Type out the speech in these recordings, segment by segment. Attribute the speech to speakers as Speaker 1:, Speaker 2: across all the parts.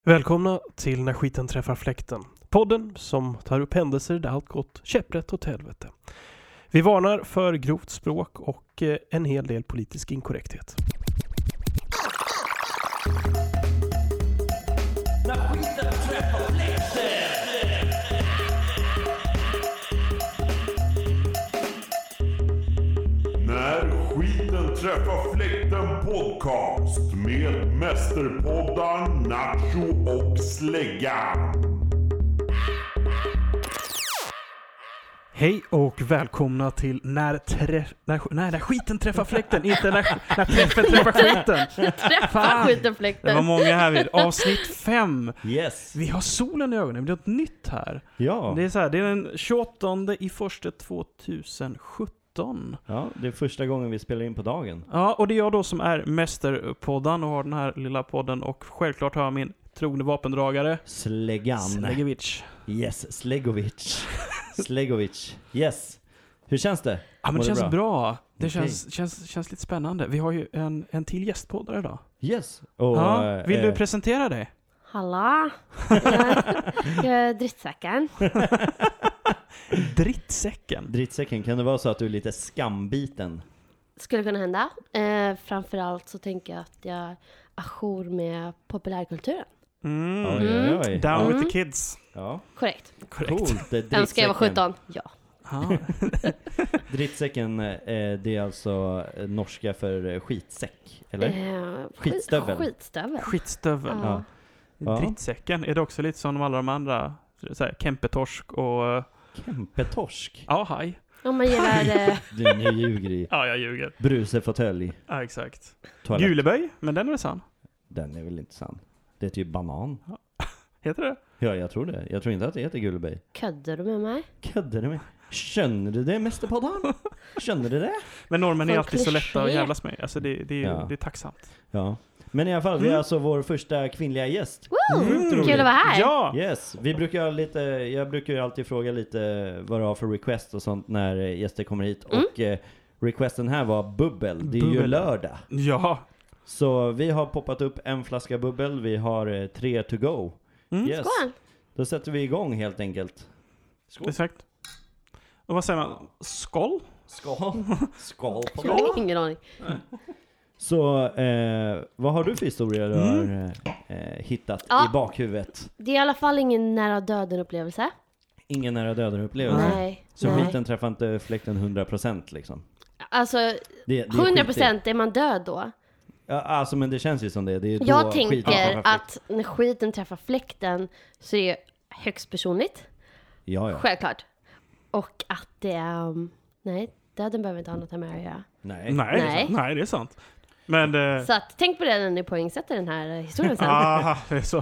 Speaker 1: Välkomna till När skiten träffar fläkten. Podden som tar upp händelser där allt gått käpprätt åt helvete. Vi varnar för grovt språk och en hel del politisk inkorrekthet.
Speaker 2: När skiten träffar fläkten.
Speaker 3: När skiten träffar fläkten podcast med mästerpoddar Nacho och Släggan.
Speaker 1: Hej och välkomna till när skiten träffar fläkten, inte när träffen träffar skiten.
Speaker 4: Träffa skiten fläkten.
Speaker 1: Det var många här vid. Avsnitt 5.
Speaker 5: Yes.
Speaker 1: Vi har solen i ögonen, det är något nytt här.
Speaker 5: Ja.
Speaker 1: Det är så här, det är den 28/1/2017.
Speaker 5: Ja, det är första gången vi spelar in på dagen.
Speaker 1: Ja, och det är jag då som är mästerpodden och har den här lilla podden. Och självklart har jag min trogne vapendragare
Speaker 5: Släggan.
Speaker 1: Slegovic.
Speaker 5: Yes, Slegovic. Slegovic. Yes. Hur känns det?
Speaker 1: Ja, men
Speaker 5: Mår
Speaker 1: det
Speaker 5: du
Speaker 1: känns
Speaker 5: bra?
Speaker 1: bra. Det
Speaker 5: Okej.
Speaker 1: känns lite spännande. Vi har ju en till gästpoddare idag.
Speaker 5: Yes. Och,
Speaker 1: Ja, vill du presentera dig?
Speaker 4: Hallå. Jag är drittsäcken.
Speaker 1: Drittsäcken.
Speaker 5: Drittsäcken, kan det vara så att du är lite skambiten?
Speaker 4: Skulle kunna hända. Framförallt så tänker jag att jag är ajour med populärkulturen.
Speaker 5: Oj, oj.
Speaker 1: Down with the kids.
Speaker 5: Ja,
Speaker 4: Korrekt.
Speaker 1: Korrekt.
Speaker 5: coolt. Det är
Speaker 4: Önskar jag var 17. Ja.
Speaker 1: Ja.
Speaker 5: Drittsäcken, det är alltså norska för skitsäck, eller? Skitstövel.
Speaker 4: Skitstövel.
Speaker 1: Skitstövel.
Speaker 4: Ja.
Speaker 5: Ja.
Speaker 1: Drittsäcken. Är det också lite som alla de andra? Så här, kempetorsk och...
Speaker 5: Kempetorsk.
Speaker 1: Ja, hej.
Speaker 4: Om man gillar...
Speaker 5: Du, nu ljuger i.
Speaker 1: Ja, jag ljuger.
Speaker 5: Brusefåtölj.
Speaker 1: Ja, exakt.
Speaker 5: Toalett.
Speaker 1: Guleböj, men den är det sann.
Speaker 5: Den är väl inte sann. Det är typ banan.
Speaker 1: Heter det?
Speaker 5: Ja, jag tror det. Jag tror inte att det heter guleböj.
Speaker 4: Köddar du med mig?
Speaker 5: Ködde du med? Känner du det, mästerpodden? Känner du det?
Speaker 1: Men normen är
Speaker 4: För
Speaker 1: alltid så lätta att
Speaker 4: kliché.
Speaker 1: jävlas med. Alltså det
Speaker 5: Ja.
Speaker 1: är tacksamt.
Speaker 5: Ja. Men i alla fall, vi är alltså vår första kvinnliga gäst.
Speaker 4: Woo!
Speaker 5: Sjukt roligt.
Speaker 4: Kul att vara här.
Speaker 1: Ja!
Speaker 5: Yes, vi brukar jag brukar ju alltid fråga lite vad du har för request och sånt när gäster kommer hit. Och requesten här var bubbel. Det är ju
Speaker 1: Bubbel.
Speaker 5: lördag.
Speaker 1: Ja.
Speaker 5: Så vi har poppat upp en flaska bubbel. Vi har 3 to go. Yes.
Speaker 4: Skål.
Speaker 5: Då sätter vi igång helt enkelt. Skål.
Speaker 1: Exakt. Och vad säger man? Skål?
Speaker 5: Skål. Skål på
Speaker 4: Jag har ingen aning.
Speaker 5: Så vad har du för historia du har hittat
Speaker 4: Ja.
Speaker 5: i bakhuvudet?
Speaker 4: Det är i alla fall ingen nära döden upplevelse.
Speaker 5: Ingen nära döden upplevelse.
Speaker 4: Nej.
Speaker 5: Så
Speaker 4: nej.
Speaker 5: skiten träffar inte fläkten 100% liksom.
Speaker 4: Alltså,
Speaker 5: Det är
Speaker 4: 100% är man död då.
Speaker 5: Ja, alltså men det känns ju som det. Det är då
Speaker 4: Jag
Speaker 5: skiten
Speaker 4: tänker
Speaker 5: träffar fläkten.
Speaker 4: att när skiten träffar fläkten så är det högst personligt.
Speaker 5: Ja.
Speaker 4: Självklart. Och att det är... nej, döden behöver inte ha något med att göra.
Speaker 5: Nej.
Speaker 4: Nej.
Speaker 1: Nej, det är sant. Men...
Speaker 4: Så att, tänk på det när ni poängsätter den här historien sen.
Speaker 1: Aha, det är så.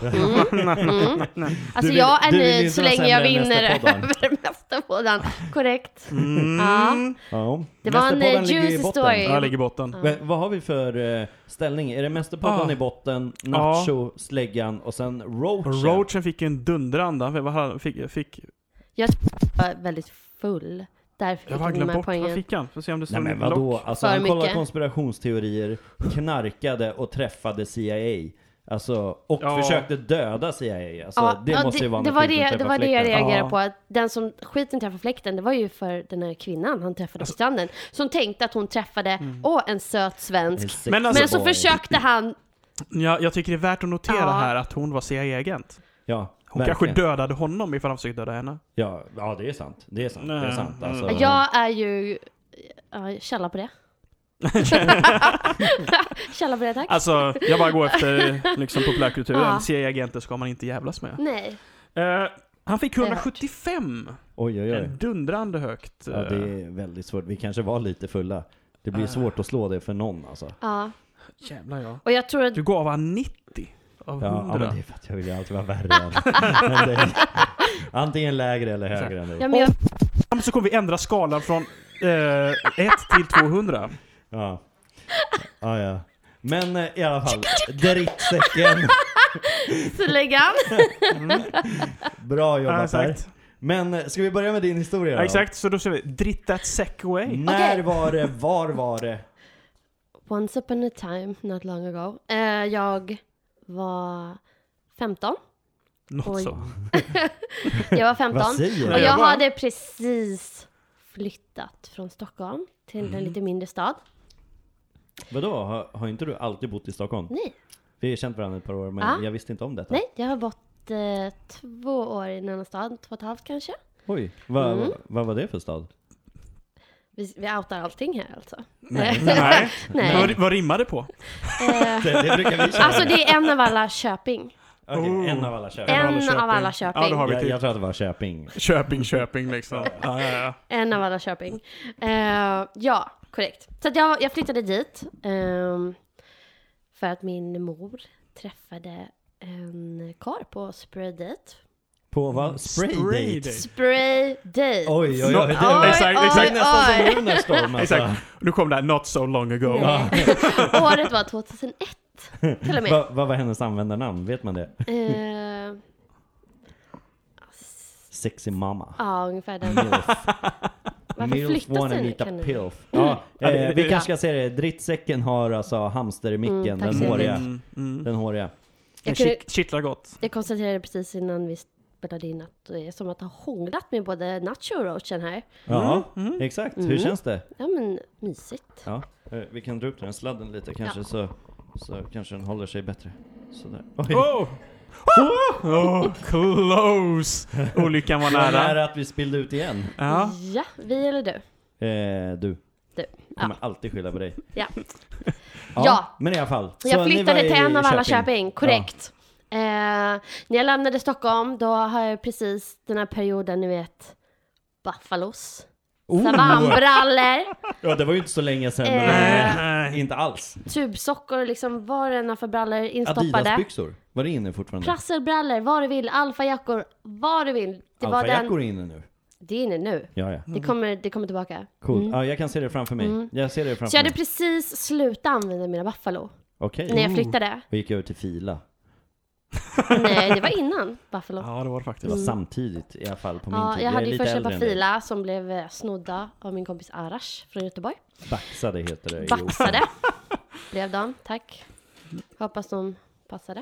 Speaker 4: Alltså
Speaker 5: Du vill-
Speaker 4: jag är
Speaker 5: du vill
Speaker 4: nöjd
Speaker 5: inte
Speaker 4: så
Speaker 5: vara
Speaker 4: länge jag
Speaker 5: sämre än
Speaker 4: vinner
Speaker 5: Mästerpodden.
Speaker 4: över Mästerpodden. Korrekt.
Speaker 1: Mm.
Speaker 4: Ja.
Speaker 5: Ja.
Speaker 4: Det var en
Speaker 5: Mästerpodden ligger i
Speaker 4: juicy
Speaker 5: botten.
Speaker 4: story.
Speaker 1: Ja, jag ligger i botten.
Speaker 5: Men vad har vi för ställning? Är det Mästerpodden
Speaker 1: Ah.
Speaker 5: i botten, Nacho, Släggan och sen Roach?
Speaker 1: Roachen fick ju en dunderanda. Vad han fick...
Speaker 4: Jag var väldigt full. Därför
Speaker 1: Jag
Speaker 4: fick
Speaker 1: har
Speaker 4: jag de
Speaker 1: glömt
Speaker 4: här
Speaker 1: bort. Vad
Speaker 4: poängen.
Speaker 1: fick han? Får se om det står
Speaker 5: Nej men
Speaker 1: lock.
Speaker 5: vadå? Alltså
Speaker 4: För
Speaker 5: han kollar
Speaker 4: mycket.
Speaker 5: konspirationsteorier, knarkade och träffade CIA. Alltså, och
Speaker 1: Ja.
Speaker 5: försökte döda CIA. Alltså, det måste ju vara
Speaker 4: det
Speaker 5: när
Speaker 4: var
Speaker 5: skiten
Speaker 4: det
Speaker 5: träffar
Speaker 4: var det jag
Speaker 5: fläkten.
Speaker 4: reagerade
Speaker 1: Ja.
Speaker 4: på. Att den som skiten träffade fläkten, det var ju för den här kvinnan han träffade på stranden. Som tänkte att hon träffade, en söt svensk.
Speaker 1: Men alltså-
Speaker 4: Men så försökte han...
Speaker 1: Ja, jag tycker det är värt att notera
Speaker 4: Ja.
Speaker 1: här att hon var CIA-agent.
Speaker 5: Ja,
Speaker 1: Hon
Speaker 5: verkligen.
Speaker 1: kanske dödade honom ifall han försökte döda henne.
Speaker 5: Ja, det är sant. Det är sant. Det är sant. Alltså,
Speaker 4: Jag är ju... källa på det. Källa på det, tack.
Speaker 1: Alltså, jag bara går efter liksom, populärkulturen.
Speaker 4: Ja.
Speaker 1: CIA-agenter ska man inte jävlas med.
Speaker 4: Nej.
Speaker 1: Han fick 175.
Speaker 5: oj.
Speaker 1: Dundrande högt.
Speaker 5: Ja, det är väldigt svårt. Vi kanske var lite fulla. Det blir svårt att slå det för någon alltså.
Speaker 4: Ja.
Speaker 1: Jävlar ja.
Speaker 4: Och jag tror att...
Speaker 1: Du gav han 90 av 100.
Speaker 5: Ja, men det är för att jag vill ju alltid vara värre än. Men det är antingen lägre eller högre än dig.
Speaker 4: Ja, men jag...
Speaker 1: Så kommer vi ändra skalan från 1 till 200.
Speaker 5: Ja. Ja. Men i alla fall, drittsäcken.
Speaker 4: Släggan.
Speaker 5: Bra jobbat här.
Speaker 1: Exakt.
Speaker 5: Men ska vi börja med din historia då?
Speaker 1: Exakt, så då säger vi dritt that sack away.
Speaker 5: När
Speaker 4: Okej.
Speaker 5: var det? Var var det?
Speaker 4: Once upon a time, not long ago. Jag var 15.
Speaker 1: Något
Speaker 4: Oj.
Speaker 1: så.
Speaker 4: Jag var 15.
Speaker 5: Vad säger du?
Speaker 4: Och jag
Speaker 1: bara-
Speaker 4: hade precis flyttat från Stockholm till en lite mindre stad.
Speaker 5: Vadå? Har inte du alltid bott i Stockholm?
Speaker 4: Nej.
Speaker 5: Vi har känt varandra ett par år, men
Speaker 4: Ja.
Speaker 5: jag visste inte om detta.
Speaker 4: Nej, jag har bott 2 år i en annan stad. 2,5 kanske.
Speaker 5: Oj, vad var det för stad?
Speaker 4: Vi outar allting här alltså.
Speaker 5: Nej.
Speaker 1: Nej.
Speaker 4: Nej.
Speaker 1: Vad rimmar det på?
Speaker 5: Det brukar vi köra.
Speaker 4: Alltså det är en av alla Köping.
Speaker 5: Okej, en av alla Köping.
Speaker 4: En av alla Köping.
Speaker 1: Ja, då har vi
Speaker 5: Jag,
Speaker 1: till.
Speaker 5: jag tror att det var Köping.
Speaker 1: Köping liksom. Ja.
Speaker 4: En av alla Köping. Ja, korrekt. Så att jag flyttade dit för att min mor träffade en karl på spray date.
Speaker 5: På vad? Spray date?
Speaker 4: Spray date.
Speaker 5: Oj. Det
Speaker 4: Oj,
Speaker 1: exakt.
Speaker 5: nästan som
Speaker 4: oj.
Speaker 5: Lunarstorm alltså.
Speaker 1: Exakt. Nu kom det här not so long ago.
Speaker 4: Nej. Året var 2001 till och med.
Speaker 5: Vad var hennes användarnamn? Vet man det? Sexy mama.
Speaker 4: Ja, ungefär den. Varför
Speaker 5: Milf
Speaker 4: flyttas
Speaker 5: wanna
Speaker 4: den?
Speaker 5: meet a
Speaker 4: Kan du-
Speaker 5: pilf. Ja, vi
Speaker 1: det-
Speaker 5: kanske ska säga det. Drittsäcken har alltså hamster i micken.
Speaker 4: tack
Speaker 5: Den
Speaker 4: så
Speaker 5: håriga.
Speaker 1: Mm.
Speaker 5: Den håriga.
Speaker 4: Jag kunde-
Speaker 1: Kittlar gott.
Speaker 4: Jag konstaterade precis innan vi spelade in att det är som att ha hånglat med både Nacho och Roachen här.
Speaker 5: Ja, exakt. Hur känns det?
Speaker 4: Ja men mysigt.
Speaker 5: Ja, vi kan dra upp den här sladden lite kanske så kanske den håller sig bättre. Sådär. Oj.
Speaker 1: Close! Olyckan var
Speaker 5: Det var
Speaker 1: nära.
Speaker 5: nära att vi spillde ut igen.
Speaker 1: Ja.
Speaker 4: Ja, vi eller du?
Speaker 5: Du.
Speaker 4: Du.
Speaker 5: Kommer alltid skylla på dig.
Speaker 4: Ja. Ja.
Speaker 5: Men i alla fall. Så
Speaker 4: Jag
Speaker 5: ni
Speaker 4: flyttade
Speaker 5: var i
Speaker 4: till en av alla Köping, korrekt.
Speaker 5: Ja.
Speaker 4: När jag lämnade Stockholm, då har jag precis den här perioden, ni vet, buffalos, savannbrallor,
Speaker 5: Ja, det var ju inte så länge sedan. Men inte alls.
Speaker 4: tubsockor, liksom var och en för brallor instoppade.
Speaker 5: Adidasbyxor. Var det inne fortfarande?
Speaker 4: Prasselbrallor, vad du vill, alfajackor, vad du vill. Det var
Speaker 5: Alfajackor
Speaker 4: den,
Speaker 5: är inne nu.
Speaker 4: det är inne nu.
Speaker 5: Ja.
Speaker 4: Det kommer tillbaka.
Speaker 5: Cool. Ja, jag kan se det framför mig. Jag ser det
Speaker 4: Så
Speaker 5: framför
Speaker 4: jag hade
Speaker 5: mig.
Speaker 4: precis slutat använda mina Buffalo
Speaker 5: Okej.
Speaker 4: när jag flyttade.
Speaker 5: Och gick över till Fila.
Speaker 4: Nej, det var innan Buffalo.
Speaker 1: Ja, det var det
Speaker 5: Det
Speaker 1: faktiskt.
Speaker 5: var samtidigt i alla fall på min
Speaker 4: Ja,
Speaker 5: tid.
Speaker 4: jag hade
Speaker 5: är
Speaker 4: ju
Speaker 5: lite
Speaker 4: först ett
Speaker 5: äldre
Speaker 4: par
Speaker 5: än dig.
Speaker 4: fila som blev snodda av min kompis Arash från Göteborg.
Speaker 5: Baxade heter det.
Speaker 4: Baxade. Blev de, tack. Hoppas de passade.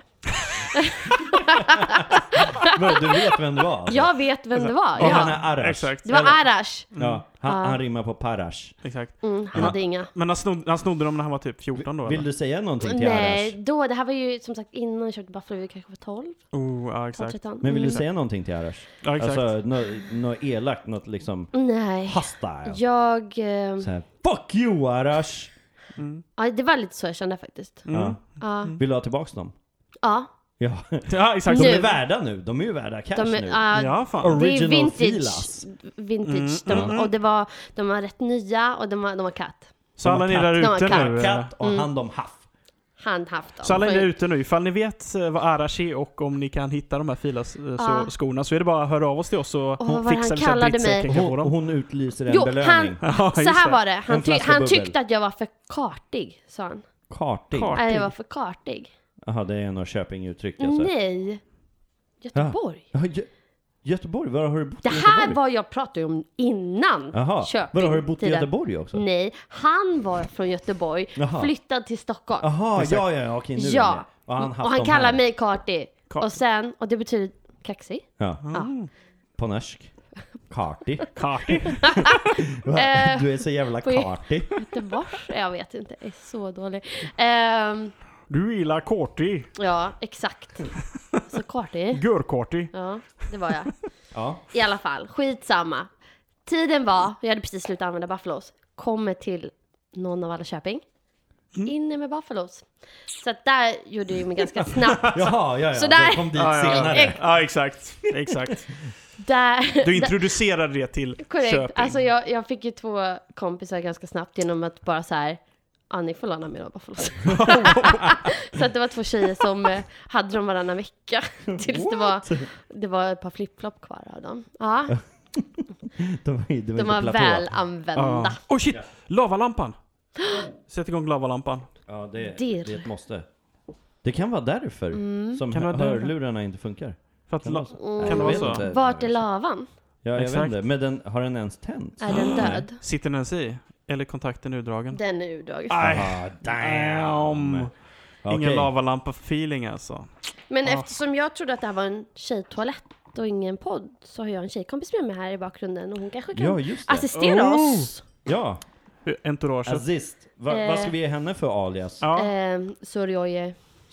Speaker 5: Men du vet vem det var? Alltså.
Speaker 4: Jag vet vem det var.
Speaker 5: Och han
Speaker 4: Ja.
Speaker 5: är Arash.
Speaker 1: Exakt.
Speaker 4: Det var Arash.
Speaker 5: Ja, han rimmar på Parash.
Speaker 1: Exakt.
Speaker 4: Han hade inga.
Speaker 1: Men han snodde dem när han var typ 14 då?
Speaker 5: Vill
Speaker 1: eller?
Speaker 5: du säga någonting till
Speaker 4: Nej,
Speaker 5: Arash?
Speaker 4: det här var ju som sagt innan jag köpte Buffalo, vi kanske var 12,
Speaker 1: Ja, exakt.
Speaker 4: 13.
Speaker 5: Men vill du säga någonting till Arash?
Speaker 1: Ja, exakt.
Speaker 5: Alltså, något elakt, något liksom
Speaker 4: Nej.
Speaker 5: hostile.
Speaker 4: Jag...
Speaker 5: Så här, fuck you Arash!
Speaker 4: Ja, det var lite så jag kände faktiskt.
Speaker 5: Ja.
Speaker 4: Ja.
Speaker 5: Vill du ha tillbaks dem?
Speaker 4: Ja.
Speaker 5: Ja.
Speaker 1: Ja, exakt.
Speaker 5: De
Speaker 4: Nu.
Speaker 5: är värda nu. De är ju värda cash
Speaker 4: De är,
Speaker 5: nu.
Speaker 1: Ja, fan.
Speaker 4: det är
Speaker 5: Original
Speaker 4: vintage.
Speaker 5: filas.
Speaker 4: Vintage. Och de var rätt nya och de var katt.
Speaker 1: Så alla ni där
Speaker 4: De var
Speaker 1: ute nu...
Speaker 5: Katt och hand om haff.
Speaker 4: Han haft dem.
Speaker 1: Så alla ni där ute nu, ifall ni vet vad Arash är och om ni kan hitta de här skorna så är det bara att höra av oss till oss och
Speaker 4: vad var det
Speaker 1: fixar
Speaker 4: han
Speaker 1: vi så att
Speaker 4: kallade
Speaker 1: drittsäcken
Speaker 4: mig?
Speaker 1: kan få
Speaker 5: Och
Speaker 1: dem.
Speaker 5: hon utlyser en
Speaker 4: Jo,
Speaker 5: belöning.
Speaker 1: Ja,
Speaker 4: Så
Speaker 1: just
Speaker 4: här
Speaker 1: det.
Speaker 4: var det.
Speaker 5: En flaska
Speaker 4: Han
Speaker 5: bubbel.
Speaker 4: tyckte att jag var för kartig, sa han.
Speaker 5: Karting.
Speaker 4: Nej, jag var för kartig.
Speaker 5: Jaha, det är en av Köping-uttryck alltså.
Speaker 4: Nej. Göteborg.
Speaker 5: Ja, Göteborg, var har du bott
Speaker 4: Det
Speaker 5: i
Speaker 4: här
Speaker 5: Göteborg?
Speaker 4: var jag pratade om innan
Speaker 5: Jaha,
Speaker 4: Köping.
Speaker 5: vadå, har du bott i
Speaker 4: tiden.
Speaker 5: Göteborg också?
Speaker 4: Nej, han var från Göteborg,
Speaker 5: Jaha.
Speaker 4: flyttad till Stockholm.
Speaker 5: Jaha, ja, okej nu är jag
Speaker 4: Ja,
Speaker 5: med. Och han, haft
Speaker 4: och han
Speaker 5: dem
Speaker 4: kallar
Speaker 5: här.
Speaker 4: mig kartig. Och det betyder kaxig.
Speaker 5: Ja,
Speaker 4: Ja.
Speaker 5: på norsk. Kartig.
Speaker 1: Kati.
Speaker 5: Du är så jävla
Speaker 4: på-
Speaker 5: kartig.
Speaker 4: Göteborg? Jag vet inte, jag är så dålig.
Speaker 1: Du gillar Korti.
Speaker 4: Ja, exakt. Så kartig.
Speaker 1: Görkorti.
Speaker 4: Ja, det var jag.
Speaker 5: Ja.
Speaker 4: I alla fall, skitsamma. Tiden var, jag hade precis slutat använda Buffalos. Kommer till någon av alla Köping. Inne med Buffalos. Så att där gjorde jag mig ganska snabbt.
Speaker 5: Jaha, ja.
Speaker 4: Så där-
Speaker 5: De kom dit
Speaker 1: Ja, ja.
Speaker 5: senare.
Speaker 1: Ja, exakt. Exakt.
Speaker 4: Där,
Speaker 1: Du introducerade det till
Speaker 4: korrekt.
Speaker 1: Köping.
Speaker 4: Alltså jag fick ju 2 kompisar ganska snabbt genom att bara så här, ni får låna mina Buffalos. Så att det var 2 tjejer som hade dem varannan vecka. Tills det var ett par flip-flop kvar av dem. Ja,
Speaker 5: De
Speaker 4: de var väl använda.
Speaker 1: Oh shit! Lavalampan. Sätt igång lavalampan.
Speaker 5: Ja, det
Speaker 4: Dirr.
Speaker 5: är ett måste. Det kan vara därför som
Speaker 1: Kan det vara därför?
Speaker 5: hörlurarna inte funkar.
Speaker 1: För att
Speaker 5: Kan det vara så?
Speaker 1: Kan det vara
Speaker 5: Jag
Speaker 1: så?
Speaker 5: vet inte.
Speaker 4: Vart är lavan?
Speaker 5: Ja, jag
Speaker 1: Exakt.
Speaker 5: vet inte. Men har den ens tänt?
Speaker 4: Är den död?
Speaker 1: Sitter den ens i? Eller kontakten urdragen?
Speaker 4: Den är urdragen.
Speaker 1: Aj.
Speaker 5: Ah, damn!
Speaker 6: Ingen lavalampa-feeling alltså.
Speaker 4: Men eftersom jag trodde att det här var en tjejtoalett och ingen podd, så har jag en tjejkompis med mig här i bakgrunden och hon kanske kan assistera oss.
Speaker 5: Ja.
Speaker 6: Entourage.
Speaker 5: Assist. Vad ska vi ge henne för alias?
Speaker 6: Ja.
Speaker 4: Sorry.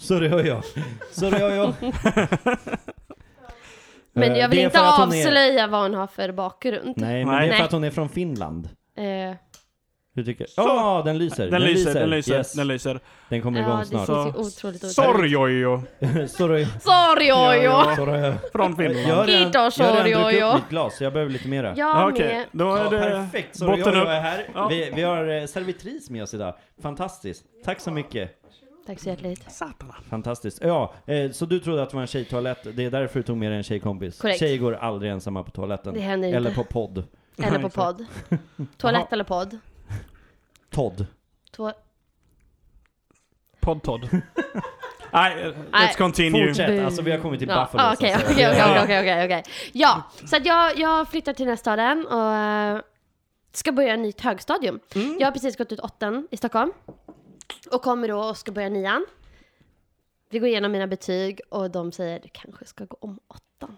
Speaker 4: Men jag vill inte avslöja vad hon har för bakgrund.
Speaker 5: Nej, men det är för att hon är från Finland. Hur tycker du? Den lyser.
Speaker 6: Den lyser.
Speaker 5: Den kommer igång snart.
Speaker 4: Det finns ju otroligt.
Speaker 6: Sorjojo.
Speaker 4: Sorjojo.
Speaker 6: Från Finland.
Speaker 5: Jag har redan druckit upp mitt glas, så jag behöver lite mera.
Speaker 4: Okej,
Speaker 6: då är det
Speaker 5: perfekt. Sorjojo är här. Ja. Vi har servitris med oss idag. Fantastiskt. Tack så mycket.
Speaker 4: Tack så hjärtligt.
Speaker 6: Satana.
Speaker 5: Fantastiskt. Ja, så du trodde att det var en tjejtoalett. Det är därför du tog med dig en tjejkompis.
Speaker 4: Korrekt.
Speaker 5: Tjejer går aldrig ensamma på toaletten.
Speaker 4: Det händer inte.
Speaker 5: Eller på podd.
Speaker 4: Eller på podd. Toalett eller podd?
Speaker 5: Todd.
Speaker 6: Podd. Nej, let's continue.
Speaker 5: Fortsätt, alltså vi har kommit till Buffalo.
Speaker 4: Okej. Ja, så att jag flyttar till den här staden och ska börja ett nytt högstadium. Jag har precis gått ut 8:an i Stockholm. Och kommer då och ska börja 9:an. Vi går igenom mina betyg och de säger du kanske ska gå om 8:an.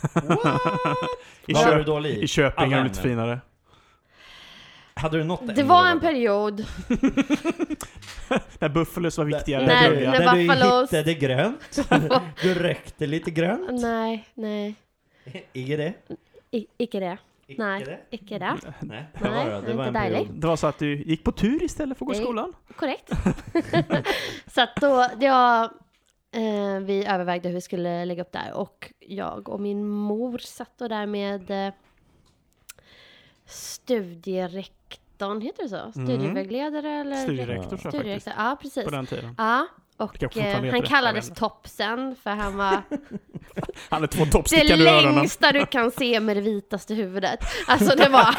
Speaker 6: I Köping är det lite finare.
Speaker 5: Hade du något?
Speaker 4: Det var en period
Speaker 6: när Buffalos var viktigare.
Speaker 4: När
Speaker 5: du hittade grönt. Du rökte lite grönt.
Speaker 4: Nej.
Speaker 5: Icke det?
Speaker 4: Icke det. Nej, icke det.
Speaker 5: Nej,
Speaker 4: det var en period.
Speaker 6: Det var så att du gick på tur istället för att gå i skolan?
Speaker 4: Korrekt. Så att då vi övervägde hur vi skulle lägga upp där. Och jag och min mor satt då där med studierektorn, heter det så? Studievägledare eller?
Speaker 6: Studierektor tror jag faktiskt.
Speaker 4: Ja, precis.
Speaker 6: På den tiden.
Speaker 4: Ja, och han kallades Topsen för han var
Speaker 6: han är 2 toppstickar i öronen.
Speaker 4: Det längsta du kan se med det vitaste huvudet. Alltså det var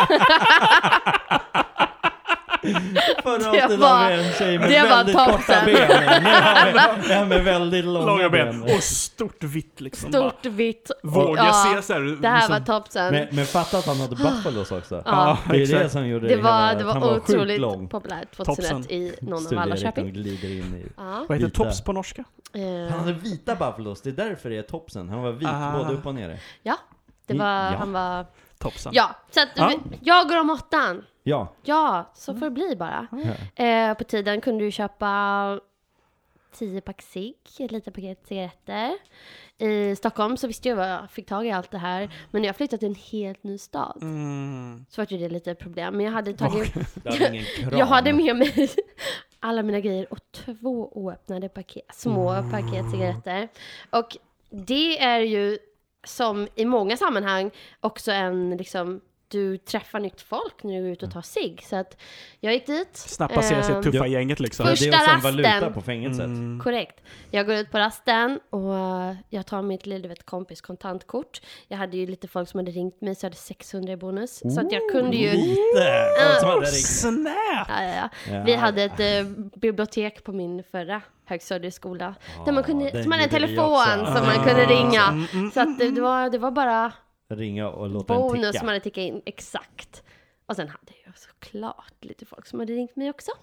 Speaker 5: det var en tjej med väldigt korta ben. Med väldigt långa ben.
Speaker 6: Och stort vitt liksom.
Speaker 4: Stort vitt.
Speaker 6: Våga se så här.
Speaker 4: Det här var Topsen.
Speaker 5: Men fatta att han hade Buffalos också.
Speaker 4: Ja,
Speaker 5: det är det som gjorde
Speaker 4: det var otroligt populärt 2001 i någon av alla Köping.
Speaker 6: Vad heter Tops på norska?
Speaker 5: Han hade vita Buffalos. Det är därför det är Topsen. Han var vit både upp och ner.
Speaker 4: Ja, han var
Speaker 6: Topsen.
Speaker 4: Ja, så att jag går om 8:an.
Speaker 5: Ja,
Speaker 4: så får det bli bara. På tiden kunde du köpa 10 pack cigg, ett litet paket cigaretter. I Stockholm så visste jag vad jag fick tag i allt det här. Men när jag flyttade till en helt ny stad så var det lite problem. Men jag hade tagit jag hade med mig alla mina grejer och 2 oöppnade små paket cigaretter. Och det är ju som i många sammanhang också en liksom du träffar nytt folk när du är ute och tar cigg. Så att jag gick dit.
Speaker 6: Snappa sig sitt tuffa gänget liksom.
Speaker 5: Det är också en valuta på fängelset.
Speaker 4: Korrekt. Jag går ut på rasten och jag tar mitt lilla kompis kontantkort. Jag hade ju lite folk som hade ringt mig så jag hade 600 i bonus. Så att jag kunde ju...
Speaker 6: Snap!
Speaker 4: Ja. Vi hade ett bibliotek på min förra högstadieskola. Där man kunde, som hade en telefon som man kunde ringa. Så att det var bara...
Speaker 5: ringa och låta den ticka.
Speaker 4: Bonus som hade tickat in, exakt. Och sen hade jag såklart lite folk som hade ringt mig också.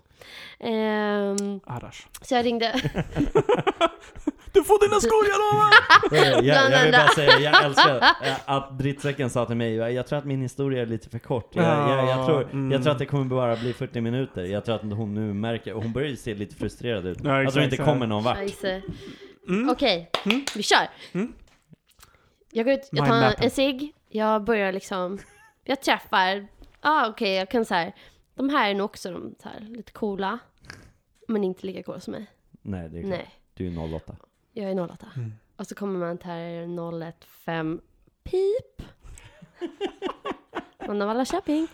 Speaker 4: Så jag ringde.
Speaker 6: Du får dina skojar då!
Speaker 5: Jag vill bara säga, jag älskar att drittsäcken sa till mig, jag tror att min historia är lite för kort. Jag tror att det kommer bara bli 40 minuter. Jag tror att hon nu märker, och hon börjar ju se lite frustrerad ut. Jag tror inte kommer någon vart.
Speaker 4: Okej, vi kör. Jag går ut, jag tar en cigg. Jag börjar liksom, jag träffar, jag kan så här, de här är nog också de så här, lite coola, men inte lika coola som mig.
Speaker 5: Nej, det är klart. Du är 08.
Speaker 4: Jag är 08. Och så kommer man till här 015 pip. Man av alla Köping.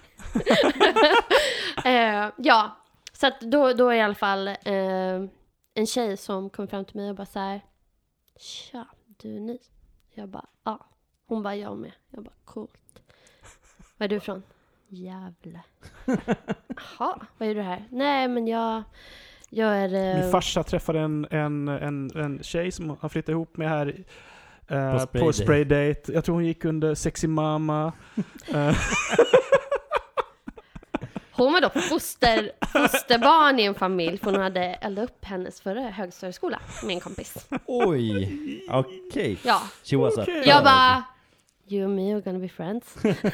Speaker 4: Ja, så att då är i alla fall en tjej som kom fram till mig och bara så här: tja, du är ny. Jag bara, ja. Hon bara, jag med. Jag bara, coolt. Var är du från? Gävle. Jaha, vad är du här? Nej, men jag är...
Speaker 6: Min farsa träffade en tjej som har flyttat ihop med här på Spraydate. Jag tror hon gick under Sexy Mama.
Speaker 4: Hon var då fosterbarn i en familj, för hon hade eldat upp hennes förra högstadieskola med en kompis.
Speaker 5: Oj, okej.
Speaker 4: Ja.
Speaker 5: She was a
Speaker 4: Jag bara, you and me are gonna be friends.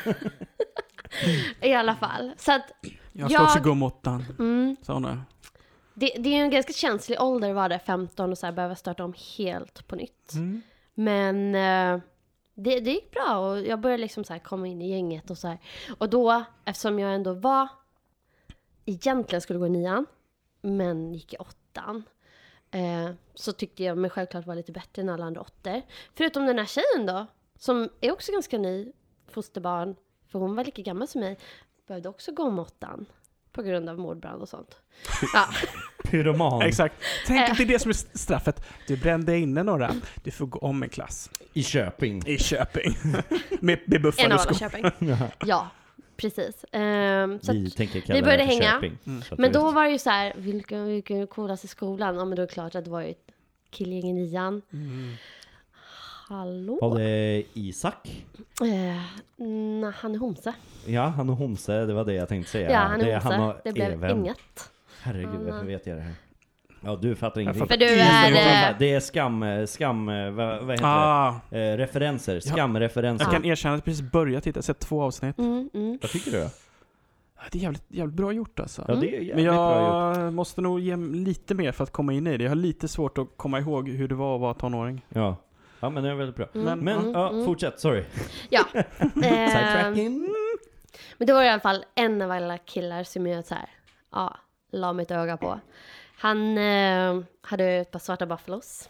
Speaker 4: I alla fall. Så att
Speaker 6: Jag ska också gå mot den. Såna.
Speaker 4: Det är en ganska känslig ålder, var det 15 och så här, behöva starta om helt på nytt. Men det gick bra och jag började liksom så här komma in i gänget och så här. Och då, eftersom jag ändå egentligen skulle gå i 9:an, men gick i 8:an, så tyckte jag mig självklart var lite bättre än alla andra 8:or. Förutom den här tjejen då, som är också ganska ny, fosterbarn, för hon var lika gammal som mig, behövde också gå om 8:an. På grund av mordbrand och sånt. Ja.
Speaker 5: Pyroman.
Speaker 6: Exakt. Tänk att det är det som är straffet. Du brände inne några. Du får gå om en klass.
Speaker 5: I Köping.
Speaker 6: med Buffalo
Speaker 4: En av alla Köping. Ja, precis. Så
Speaker 5: Vi tänker kalla
Speaker 4: vi började
Speaker 5: det för
Speaker 4: hänga.
Speaker 5: Köping.
Speaker 4: Men då var det ju så här, vilken är coolast i skolan? Ja, men då är det klart att det var ju ett killgäng i 9:an. Hallå?
Speaker 5: Var det Isak?
Speaker 4: Nej, han är homse.
Speaker 5: Ja, han och Homse, det var det jag tänkte säga.
Speaker 4: Ja, han är
Speaker 5: han
Speaker 4: homse.
Speaker 5: och
Speaker 4: Det blev
Speaker 5: Even.
Speaker 4: inget.
Speaker 5: Herregud, varför vet jag det här? Ja, du fattar ingenting.
Speaker 4: För du är...
Speaker 5: Det är skam vad heter det? Referenser, skamreferenser.
Speaker 6: Jag kan erkänna att jag precis börjat titta. Jag har sett 2 avsnitt.
Speaker 5: Vad tycker du då?
Speaker 6: Det är jävligt bra gjort alltså.
Speaker 5: Ja, det är jävligt
Speaker 6: Men
Speaker 5: bra gjort.
Speaker 6: jag måste nog ge lite mer för att komma in i det. Jag har lite svårt att komma ihåg hur det var att vara tonåring.
Speaker 5: Ja, men det är väldigt bra. Men fortsätt, sorry.
Speaker 4: Ja.
Speaker 5: Sidetracking.
Speaker 4: Men det var i alla fall en av alla killar som jag så här, la mitt öga på. Han hade ett par svarta buffalos.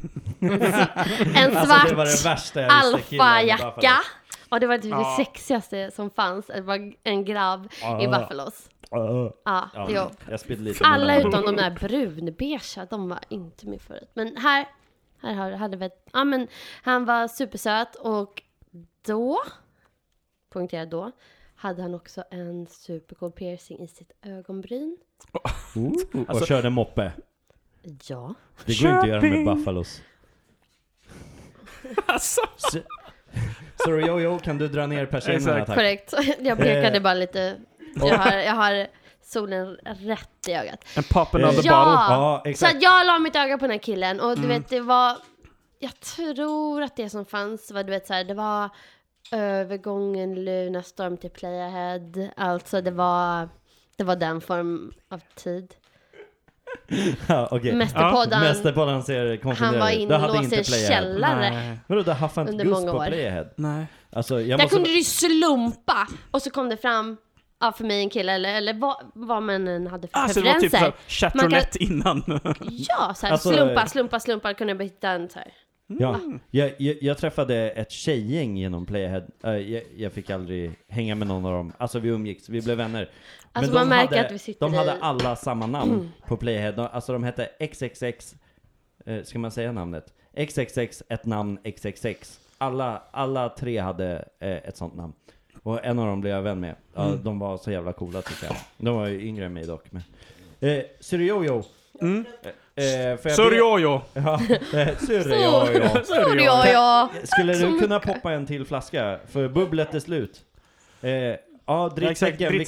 Speaker 4: En svart alfajacka. Och det var typ det sexigaste som fanns. Det var en grabb i buffalos.
Speaker 5: Jag spydde lite.
Speaker 4: Alla utom de där brunbeige, de var inte med förut. Men här hade vi men han var supersöt, och då, hade han också en supercool piercing i sitt ögonbryn.
Speaker 5: Och körde moppe.
Speaker 4: Ja.
Speaker 5: Det går inte att göra med buffalos.
Speaker 6: Alltså.
Speaker 5: Sorry, Jojo, kan du dra ner persiennerna, tack?
Speaker 4: Korrekt. Jag pekade bara lite. Jag har solen rätt i ögat.
Speaker 6: En poppen on the bottle.
Speaker 5: Ja, exakt.
Speaker 4: Så att jag la mitt öga på den här killen, och du vet, det var, jag tror att det som fanns var, du vet så här, det var övergången Lunarstorm till Playahead. Alltså det var den form av tid.
Speaker 5: Ja, okay. Mästerpodden ser konfunderad.
Speaker 4: Han var inlåst i en källare.
Speaker 5: Vadå, du haffade inte Gus på Playahead?
Speaker 6: Nej.
Speaker 5: Alltså,
Speaker 4: där kunde du slumpa, och så kom det fram för mig en kille, eller vad man än hade för preferenser.
Speaker 6: Det var typ chatroulette innan.
Speaker 4: Ja, så här, slumpa kunde jag hitta en så här.
Speaker 5: Ja, jag träffade ett tjejgäng genom Playahead. Jag fick aldrig hänga med någon av dem. Alltså vi umgicks, vi blev vänner.
Speaker 4: Alltså
Speaker 5: men
Speaker 4: man märker att vi sitter
Speaker 5: de hade alla samma namn på Playahead. Alltså de hette XXX, ska man säga namnet? XXX, ett namn XXX. Alla 3 hade ett sånt namn. Och en av dem blev jag vän med. De var så jävla coola, tycker jag. De var ju yngre än mig dock. Men Suryoyo.
Speaker 6: Suryoyo.
Speaker 4: Suryoyo.
Speaker 5: Skulle du kunna poppa en till flaska? För bubblet är slut. Drittsäcken.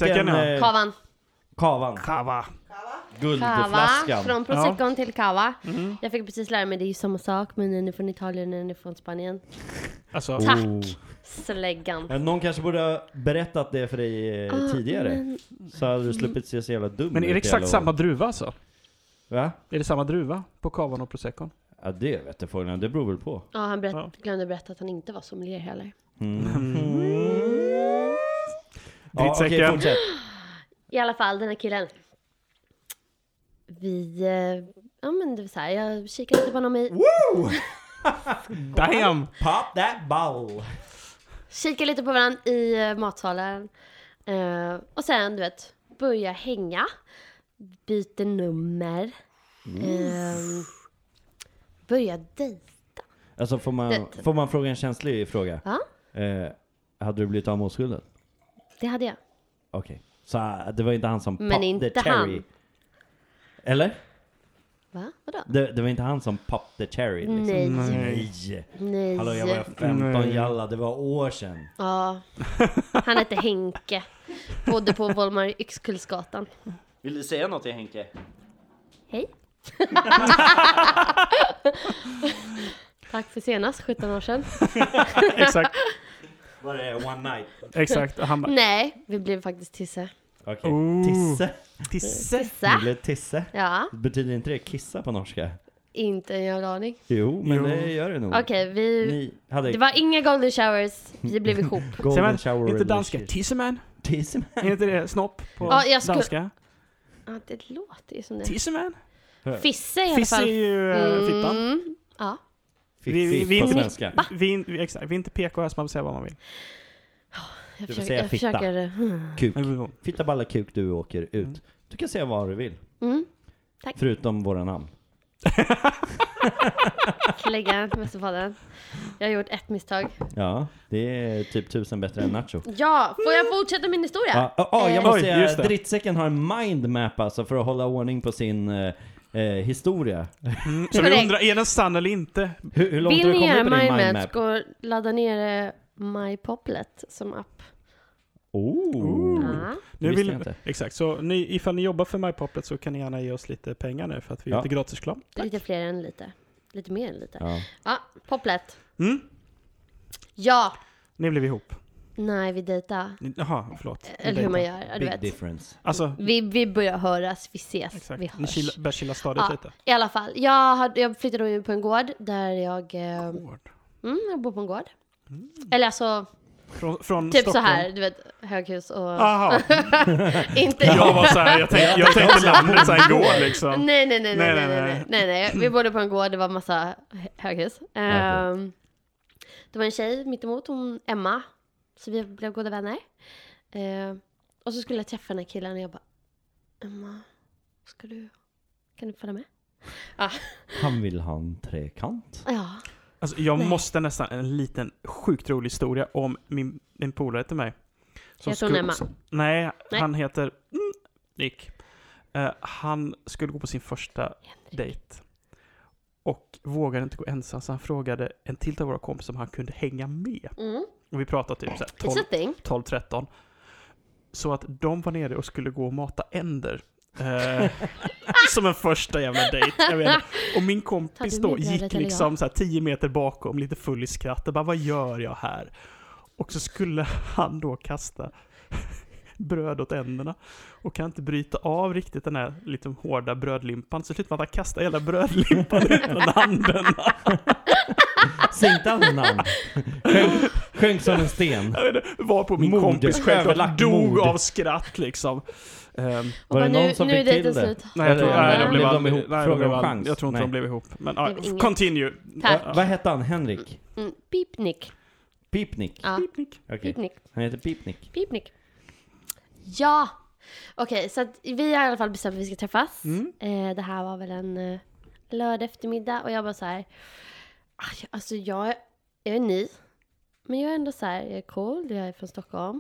Speaker 5: Kavan. Guldflaskan.
Speaker 4: Från Prosecco till Cava. Jag fick precis lära mig, det är ju samma sak, men den är från Italien, den är från Spanien.
Speaker 6: Alltså.
Speaker 4: Tack, släggan.
Speaker 5: Någon kanske borde ha berättat det för dig tidigare. Så hade du sluppit se så jävla dum.
Speaker 6: Men är det exakt samma druva alltså?
Speaker 5: Va?
Speaker 6: Är det samma druva på Cavan och Prosecco?
Speaker 5: Ja, det vet jag frågan. Det beror väl på.
Speaker 4: Ja, han glömde berätta att han inte var sommelier heller.
Speaker 5: Okej, fortsätt.
Speaker 4: I alla fall, den här killen. Men det var så här, jag kikade lite på honom i...
Speaker 5: Woo!
Speaker 6: Damn!
Speaker 5: Pop that ball!
Speaker 4: Kikade lite på varandra i matsalen. Och sen, du vet, börja hänga. Byter nummer. Börja dejta.
Speaker 5: Alltså får man fråga en känslig fråga?
Speaker 4: Ja?
Speaker 5: Hade du blivit av med oskulden?
Speaker 4: Det hade jag.
Speaker 5: Okej. Så det var inte han som
Speaker 4: Men
Speaker 5: popped
Speaker 4: inte
Speaker 5: the cherry?
Speaker 4: han.
Speaker 5: Eller?
Speaker 4: Va? Vadå?
Speaker 5: Det var inte han som popped the cherry liksom.
Speaker 4: Nej.
Speaker 5: Hallå, jag var 15 jalla, det var år sedan.
Speaker 4: Ja. Han hette Henke. Bodde på Volmar Yxkullsgatan.
Speaker 5: Vill du säga något till Henke?
Speaker 4: Hej. Tack för senast, 17 år sedan.
Speaker 6: Exakt.
Speaker 5: Var det one night?
Speaker 6: Exakt.
Speaker 4: Nej, vi blev faktiskt tisse.
Speaker 5: Okej. Tisse.
Speaker 6: Tisse.
Speaker 5: Det blev tisse.
Speaker 4: Ja.
Speaker 5: Betyder inte det kissa på norska?
Speaker 4: Inte en jävla aning.
Speaker 5: Jo, men det gör det nog.
Speaker 4: Okej,
Speaker 5: hade
Speaker 4: det var inga golden showers. Vi blev ihop.
Speaker 5: golden shower.
Speaker 6: Inte danska. Tisseman.
Speaker 5: Tisseman.
Speaker 6: Är inte det snopp på danska?
Speaker 4: Ja, det låter ju som det.
Speaker 6: Tisseman.
Speaker 4: Fisse i alla
Speaker 6: Fisse
Speaker 4: fall.
Speaker 6: är ju fittan.
Speaker 4: Ja.
Speaker 5: Vi på svenska.
Speaker 6: Exakt. Vi är inte PK här, så man får säga vad man vill.
Speaker 5: Du får säga fitta. Kuk. Fitta, balla, kuk, du åker ut. Du kan säga vad du vill.
Speaker 4: Tack.
Speaker 5: Förutom våra namn.
Speaker 4: Slägga, mästerfadern. Jag har gjort ett misstag.
Speaker 5: Ja, det är typ 1000 bättre än Nacho.
Speaker 4: Ja, får jag fortsätta min historia?
Speaker 5: Jag måste säga, Drittsäcken har en mindmap alltså för att hålla ordning på sin historia.
Speaker 6: Så vi undrar, är den sann eller inte?
Speaker 5: Hur långt har du kommit på din mindmap?
Speaker 4: Gå och ladda ner MyPoplet som app.
Speaker 6: Nu vill inte. Exakt, så ifall ni jobbar för MyPoplet så kan ni gärna ge oss lite pengar nu för att vi är lite gratisreklam.
Speaker 4: Lite fler än lite. Lite mer än lite.
Speaker 5: Ja,
Speaker 4: Poplet. Ja.
Speaker 6: Ni blev ihop.
Speaker 4: Nej, vi dejtar.
Speaker 6: Jaha, förlåt.
Speaker 4: Eller hur man gör,
Speaker 5: Big difference.
Speaker 6: Alltså,
Speaker 4: vi börjar höras, vi ses,
Speaker 6: exakt.
Speaker 4: vi hörs.
Speaker 6: Ni börjar chilla stadigt lite.
Speaker 4: I alla fall, jag flyttade in på en gård där jag... jag bor på en gård. Eller alltså...
Speaker 6: Från
Speaker 4: typ
Speaker 6: Stockholm.
Speaker 4: så här, du vet, höghus och...
Speaker 6: Aha.
Speaker 4: Inte...
Speaker 6: Jag var så här, jag tänkte landet så här gård liksom.
Speaker 4: Nej. Vi bodde på en gård, det var massa höghus. Det var en tjej mittemot, hon Emma. Så vi blev goda vänner. Och så skulle jag träffa den här killen och jag bara... Emma, kan du följa med?
Speaker 5: Han vill ha en trekant.
Speaker 4: Ja.
Speaker 6: Alltså, jag måste nästan en liten sjukt rolig historia om min polare till mig.
Speaker 4: Heter hon Emma?
Speaker 6: Nej, han heter Nick. Han skulle gå på sin första dejt. Och vågade inte gå ensam, så han frågade en till av våra kompisar om han kunde hänga med. Och vi pratade typ 12-13. Så att de var nere och skulle gå och mata änder. Som en första jävla dejt. Jag vet inte. Och min kompis då gick liksom så här 10 meter bakom, lite full i skratt. Och bara, vad gör jag här? Och så skulle han då kasta bröd åt änderna. Och kan inte bryta av riktigt den här lite hårda brödlimpan. Så slutar man att kasta hela brödlimpan utan handen.
Speaker 5: Sänkte han namn. Sjönk som en sten.
Speaker 6: Var på min kompis själv dog av skratt liksom.
Speaker 5: Var det någon som fick till det?
Speaker 6: Nej,
Speaker 5: de ihop. Fråga om chans.
Speaker 6: Jag tror inte de blev ihop. Men continue.
Speaker 5: Vad hette han? Henrik?
Speaker 4: Pipnick.
Speaker 5: Pipnick?
Speaker 4: Ja.
Speaker 5: Okay.
Speaker 4: Pipnick.
Speaker 5: Han heter Pipnick.
Speaker 4: Pipnick. Ja. Okej, så att vi har i alla fall bestämt att vi ska träffas. Det här var väl en lördag eftermiddag. Och jag bara så här... Alltså jag är ny. Men jag är ändå så här, jag är cool. Jag är från Stockholm.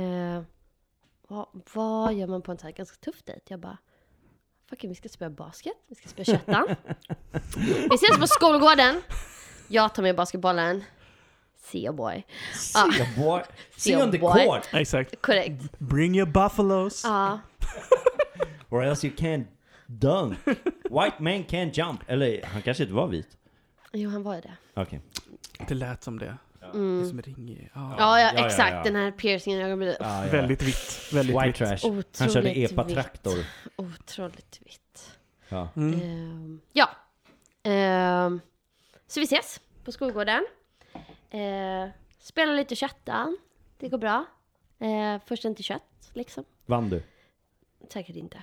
Speaker 4: Vad gör man på en så här ganska tuff dejt? Jag bara, fucking, vi ska spela basket. Vi ska spela köttan. Vi ses på skolgården. Jag tar med basketbollen. See you boy.
Speaker 5: See you boy. See on the court.
Speaker 6: Exakt.
Speaker 4: Korrekt.
Speaker 6: Bring your buffalos.
Speaker 5: Or else you can't dunk. White man can't jump. Eller han kanske inte var vit.
Speaker 4: Jo, han var ju det.
Speaker 5: Okej.
Speaker 6: Det lät som det. Det som ring.
Speaker 4: Exakt. Den här piercingen i ögonbrynet.
Speaker 6: Väldigt vitt. Väldigt
Speaker 5: white
Speaker 6: vitt.
Speaker 5: trash.
Speaker 4: Otroligt
Speaker 5: han körde epa-traktor.
Speaker 4: Otroligt vitt.
Speaker 5: Ja.
Speaker 4: Så vi ses på skolgården. Spelar lite köttan. Det går bra. Först inte kött, liksom.
Speaker 5: Vann du?
Speaker 4: Säkert inte.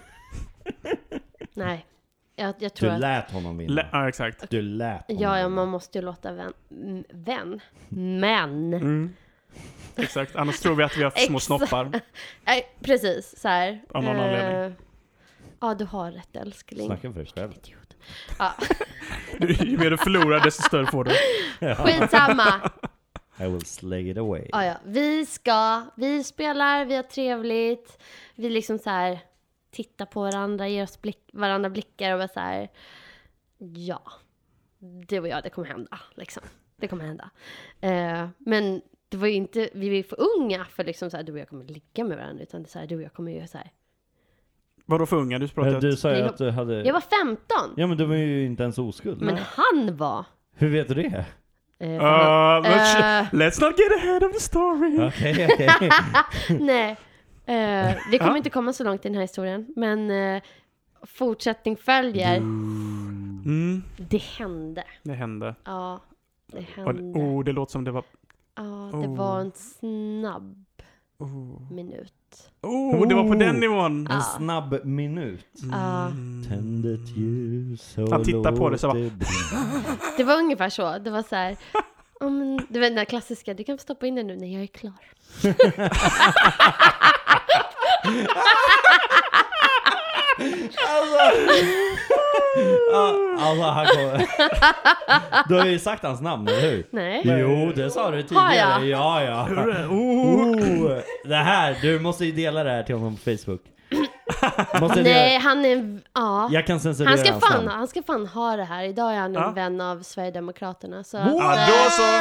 Speaker 4: Nej. Jag tror
Speaker 5: du lät honom vinna.
Speaker 6: Ja, exakt.
Speaker 5: Du lät honom
Speaker 4: vinna. Man måste ju låta vän. Men.
Speaker 6: Exakt, annars tror vi att vi har små snoppar.
Speaker 4: Precis, så här.
Speaker 6: Av någon anledning.
Speaker 4: Ja, du har rätt, älskling.
Speaker 5: Snacka för dig själv.
Speaker 4: Ja.
Speaker 6: Ju mer du förlorar, desto större får du.
Speaker 4: Skitsamma.
Speaker 5: I will slay it away.
Speaker 4: Vi spelar, vi har trevligt. Vi liksom så här tittar på varandra, ger oss varandra blickar och var så här, ja, det var jag, det kommer hända liksom. Det kommer hända. Men det var ju inte, vi var ju för unga för liksom så här, du och jag kommer ligga med varandra, utan det är så här, du och jag kommer ju så här.
Speaker 6: Vadå för unga?
Speaker 5: Du sa ju att du hade...
Speaker 4: Jag var 15.
Speaker 5: Ja, men du var ju inte ens oskuld.
Speaker 4: Men han var...
Speaker 5: Hur vet du det?
Speaker 6: Let's not get ahead of the story.
Speaker 5: Okej.
Speaker 4: Nej. Vi kommer inte komma så långt i den här historien. Men fortsättning följer. Det hände.
Speaker 6: Det hände.
Speaker 4: Ja, det hände.
Speaker 6: Det låter som det var...
Speaker 4: Ja, det var en snabb minut.
Speaker 6: Det var på den nivån.
Speaker 5: En snabb minut. Tänd ett ljus och
Speaker 6: han tittar på det så bara...
Speaker 4: Det var ungefär så. Det var så här... du vet den där klassiska, du kan stoppa in den nu när jag är klar.
Speaker 5: Alltså han kommer... Du har ju sagt hans namn, eller hur?
Speaker 4: Nej.
Speaker 5: Jo, det sa du tidigare. Ja. Det här, du måste ju dela det här till honom på Facebook.
Speaker 4: Nej, han är... Ja.
Speaker 5: Jag kan censurera
Speaker 4: han ska fan ha det här. Idag är han en vän av Sverigedemokraterna. Så
Speaker 6: då så...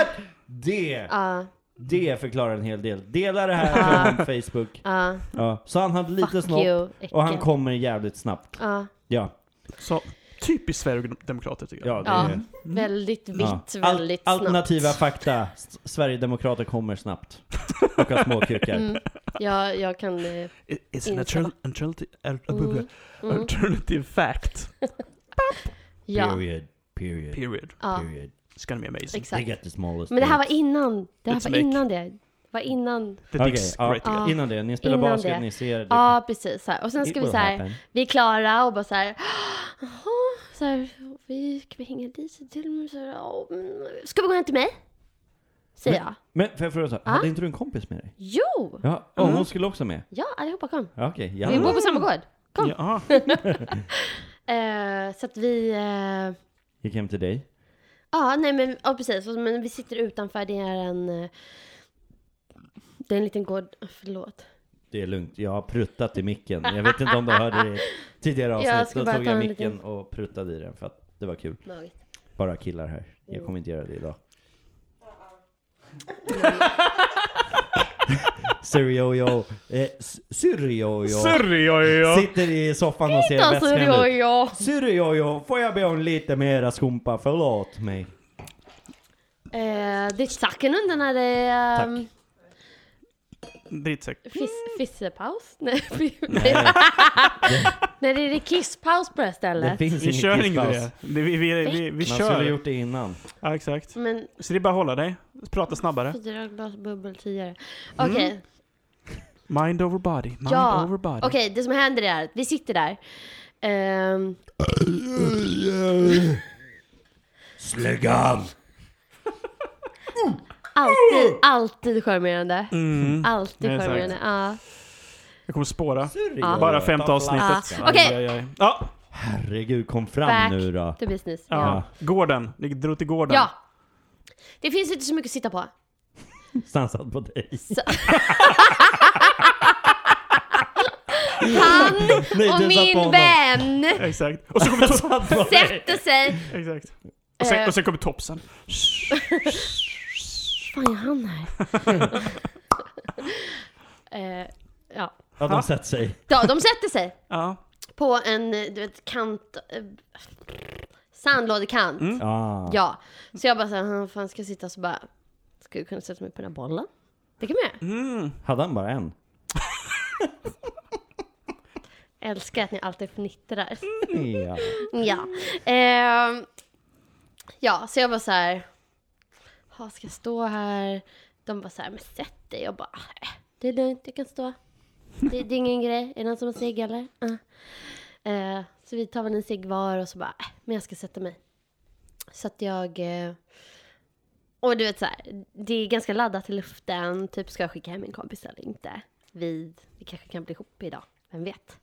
Speaker 5: Det förklarar en hel del. Dela det här på Facebook. Ja. Så han hade lite snopp och han kommer jävligt snabbt. Ja.
Speaker 6: Så typiskt Sverigedemokrater tycker jag.
Speaker 5: Ja, det är...
Speaker 4: väldigt vitt, väldigt snabbt.
Speaker 5: Alternativa fakta. Sverigedemokrater kommer snabbt. Och har små kukar.
Speaker 4: Jag kan...
Speaker 6: It's an alternative fact.
Speaker 5: Period.
Speaker 6: It's gonna be amazing.
Speaker 4: Exakt.
Speaker 5: They get the smallest.
Speaker 4: Men det här var innan. Det
Speaker 6: It's
Speaker 4: var innan det. Var innan.
Speaker 5: Innan det. Ni spelar basket, ni ser det.
Speaker 4: Ja, precis. Så här. Och sen ska vi så här, vi är klara och bara så här, så här, ska vi hänga dit till mig? Så här, ska vi gå hem till mig? Säger jag.
Speaker 5: Men för jag fråga, hade inte du en kompis med dig?
Speaker 4: Jo!
Speaker 5: Ja, hon skulle också med?
Speaker 4: Ja, allihopa kom.
Speaker 5: Okej.
Speaker 4: Vi bor på samma gård. Kom.
Speaker 6: Ja.
Speaker 4: Så att vi...
Speaker 5: Gick hem till dig?
Speaker 4: Ja, nej men precis. Men vi sitter utanför. Det är en liten gård. Förlåt.
Speaker 5: Det är lugnt. Jag har pruttat i micken. Jag vet inte om du hörde det tidigare avsnitt. Då tog jag micken och pruttade i den för att det var kul. Bara killar här. Jag kommer inte göra det idag. Syriojo sitter i soffan och ser vätskan ut. Syriojo, får jag be om lite mera skumpa? Förlåt mig.
Speaker 4: Det är saken under när det
Speaker 5: Tack.
Speaker 6: Drittsäck.
Speaker 4: Fissepaus? Nej. När det är kisspaus på det stället.
Speaker 5: Vi
Speaker 6: kör inget det. Vi
Speaker 5: Man
Speaker 6: kör.
Speaker 5: skulle gjort det innan.
Speaker 6: Ja, exakt.
Speaker 4: Men,
Speaker 6: så det är bara att hålla dig. Prata snabbare.
Speaker 4: 4 glas bubbel tidigare. Okej.
Speaker 6: Mind over body. Over body.
Speaker 4: Okej, det som händer är att vi sitter där.
Speaker 5: Släggan!
Speaker 4: Alltid charmerande. Alltid
Speaker 6: exakt.
Speaker 4: charmerande. Ja.
Speaker 6: Jag kommer spåra.
Speaker 4: Ja.
Speaker 6: Bara 5:e avsnittet.
Speaker 4: Okej.
Speaker 6: Ja.
Speaker 5: Herregud, kom fram
Speaker 4: Back
Speaker 5: nu då.
Speaker 4: to business.
Speaker 6: Ja. Gården. Ni drog till gården.
Speaker 4: Ja. Det finns inte så mycket att sitta på.
Speaker 5: Stansat på dig.
Speaker 4: Han och min vän.
Speaker 6: Exakt. Och så kommer
Speaker 4: sätter sig.
Speaker 6: Exakt. Och sen kommer topsen.
Speaker 4: Fan är han här? Ja.
Speaker 5: Ja, de sätter sig.
Speaker 4: Ja, de sätter sig.
Speaker 6: Ja.
Speaker 4: På en kant. Sandlådekant. Ja. Så jag bara såhär, fan ska jag sitta så bara. Ska du kunna sätta mig på den här bollen? Det kan man göra.
Speaker 5: Hade han bara en?
Speaker 4: Älskar att ni alltid fnittrar.
Speaker 5: Ja.
Speaker 4: Ja, så jag bara så här. Ska jag stå här? De bara så här, men sätt dig. Jag bara, det är lugnt, jag kan stå. Det är ingen grej. Är det någon som har cigg eller? Så vi tar väl en cigg var och så bara, men jag ska sätta mig. Så att jag... Och du vet så här, det är ganska laddat i luften. Typ, ska jag skicka hem min kompis eller inte? Vi kanske kan bli ihop idag. Vem vet?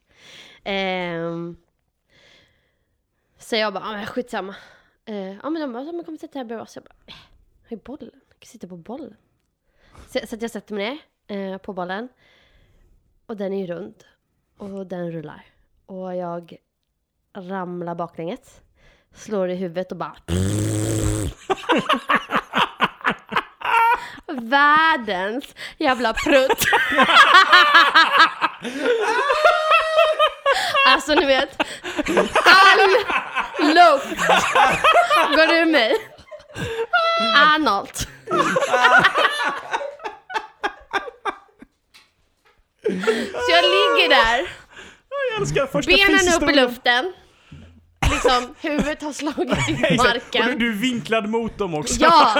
Speaker 4: Så jag bara, men skitsamma. Ja, men de bara, men kom sätta här bredvid oss. Jag bara, hur är bollen? Jag kan sitta på bollen. Så att jag sätter mig ner på bollen. Och den är ju rund. Och den rullar. Och jag ramlar baklänges. Slår i huvudet och bara... Världens jävla prutt. Alltså ni vet, all luft går ur mig. Analt. Så jag ligger där.
Speaker 1: Jag älskar första
Speaker 4: Benen upp i
Speaker 1: fishistorien.
Speaker 4: luften. Liksom, huvudet har slagit i
Speaker 1: Exakt.
Speaker 4: marken.
Speaker 1: Och du är vinklad mot dem också.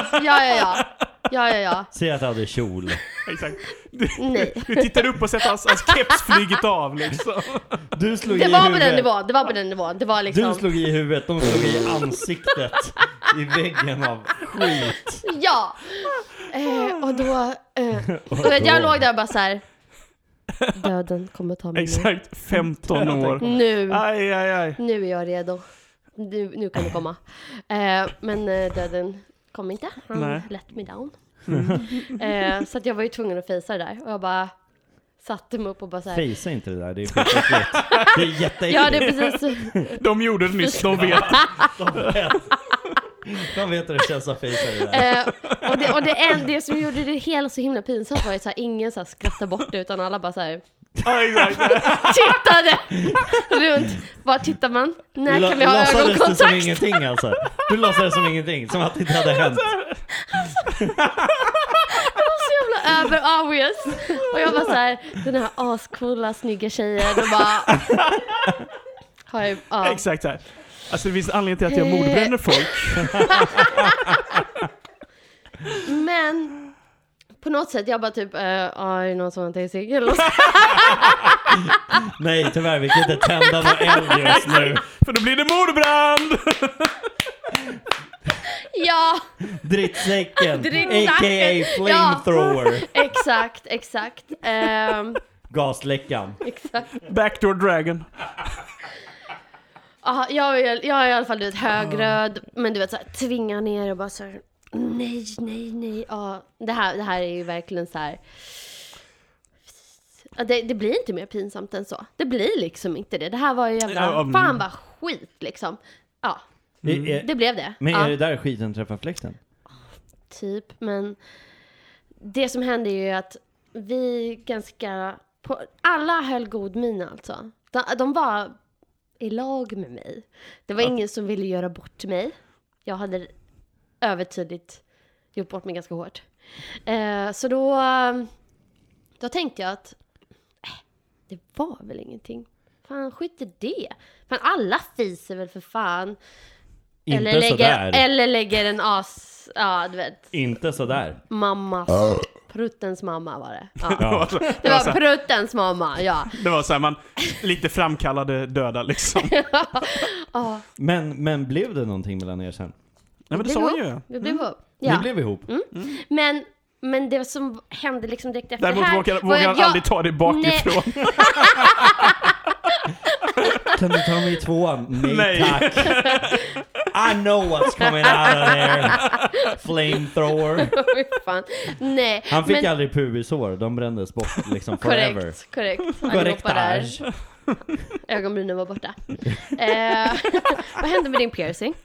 Speaker 4: Ja.
Speaker 5: Se att jag hade kjol.
Speaker 1: Exakt.
Speaker 4: Nej.
Speaker 1: Du tittar upp och ser att hans keps flugit av liksom.
Speaker 5: Du slog
Speaker 4: Det
Speaker 5: i
Speaker 4: var på
Speaker 5: huvudet.
Speaker 4: den nivån. Det var på den nivån. Det var liksom...
Speaker 5: Du slog i huvudet, de slog i ansiktet. I väggen av skit.
Speaker 4: Ja. Och då... och jag låg där och bara så här. Döden kommer ta mig nu.
Speaker 1: Exakt, 15 år.
Speaker 4: Nu.
Speaker 1: Aj.
Speaker 4: Nu är jag redo. Nu kan det komma. Men döden kom inte. Han
Speaker 1: Nej.
Speaker 4: let me down. Så att jag var ju tvungen att fejsa det där. Och jag bara satte mig upp och bara så här.
Speaker 5: Fejsa inte det där, det är skitäckligt. Det är jätteäckligt.
Speaker 4: Ja, det är precis.
Speaker 1: De gjorde det nyss, de vet.
Speaker 5: De vet hur det känns att fejsa det där.
Speaker 4: Och det som gjorde det hela så himla pinsamt var ju så här, ingen så här skrattade bort det, utan alla bara så här
Speaker 1: Ja, exakt.
Speaker 4: tittade runt. Var tittar man? När kan vi ha
Speaker 5: Låtsades det som
Speaker 4: ögonkontakt?
Speaker 5: ingenting alltså. Du låtsades som ingenting, som att det inte hade hänt.
Speaker 4: Det var så jävla över obvious. Och jag var så här, den här ascoola snygga tjejen och bara har jag, ja.
Speaker 1: Exakt så här. Alltså det finns anledning till att jag mordbränner folk.
Speaker 4: Men på något sätt jag bara typ är det någon som har tagit sig eller så.
Speaker 5: Nej, tyvärr, vi kan inte tända någon eld just nu.
Speaker 1: För då blir det mordbrand.
Speaker 4: Ja,
Speaker 5: Drittsäcken,
Speaker 4: Drittsäcken,
Speaker 5: a.k.a. flamethrower.
Speaker 4: exakt.
Speaker 5: Gasläckan.
Speaker 4: Exakt.
Speaker 1: Backdoor dragon.
Speaker 4: Aha, jag är i alla fall högröd, men du vet så här, tvingar ner och bara så här, nej. Ja, det här är ju verkligen så här. Det blir inte mer pinsamt än så. Det blir liksom inte det. Det här var ju jävla fan vad skit liksom. Ja. Det blev det.
Speaker 5: Men
Speaker 4: ja.
Speaker 5: är det där skiten träffar fläkten?
Speaker 4: Typ, men det som hände är ju att vi ganska alla höll god min alltså. De var i lag med mig. Det var ingen som ville göra bort mig. Jag hade övertydligt gjort bort mig ganska hårt. Så då tänkte jag att det var väl ingenting. Fan, skit i det. Fan, alla fiser väl för fan. Eller lägger en ja, du vet.
Speaker 5: Inte sådär.
Speaker 4: Mammas. Pruttens mamma var det. Ja.
Speaker 5: Ja.
Speaker 4: Det var pruttens mamma, ja.
Speaker 1: Det var så här, man lite framkallade döda liksom.
Speaker 4: Ja.
Speaker 5: Men blev det någonting mellan er sen?
Speaker 1: Nej, men det sa han ju.
Speaker 4: Vi blev ihop. Ja.
Speaker 5: Ni blev ihop?
Speaker 4: Men det som hände liksom direkt efter
Speaker 1: Däremot
Speaker 4: det här
Speaker 1: vågar han aldrig ta det bakifrån.
Speaker 5: Kan du ta mig i tvåan?
Speaker 1: Nej.
Speaker 5: Tack. I know what's coming out of there. Flamethrower.
Speaker 4: Fan. Nej.
Speaker 5: Han fick aldrig pubisår. De brändes bort liksom forever.
Speaker 4: Korrekt.
Speaker 5: Korrektage.
Speaker 4: Ögonbrynen var borta. Vad hände med din piercing?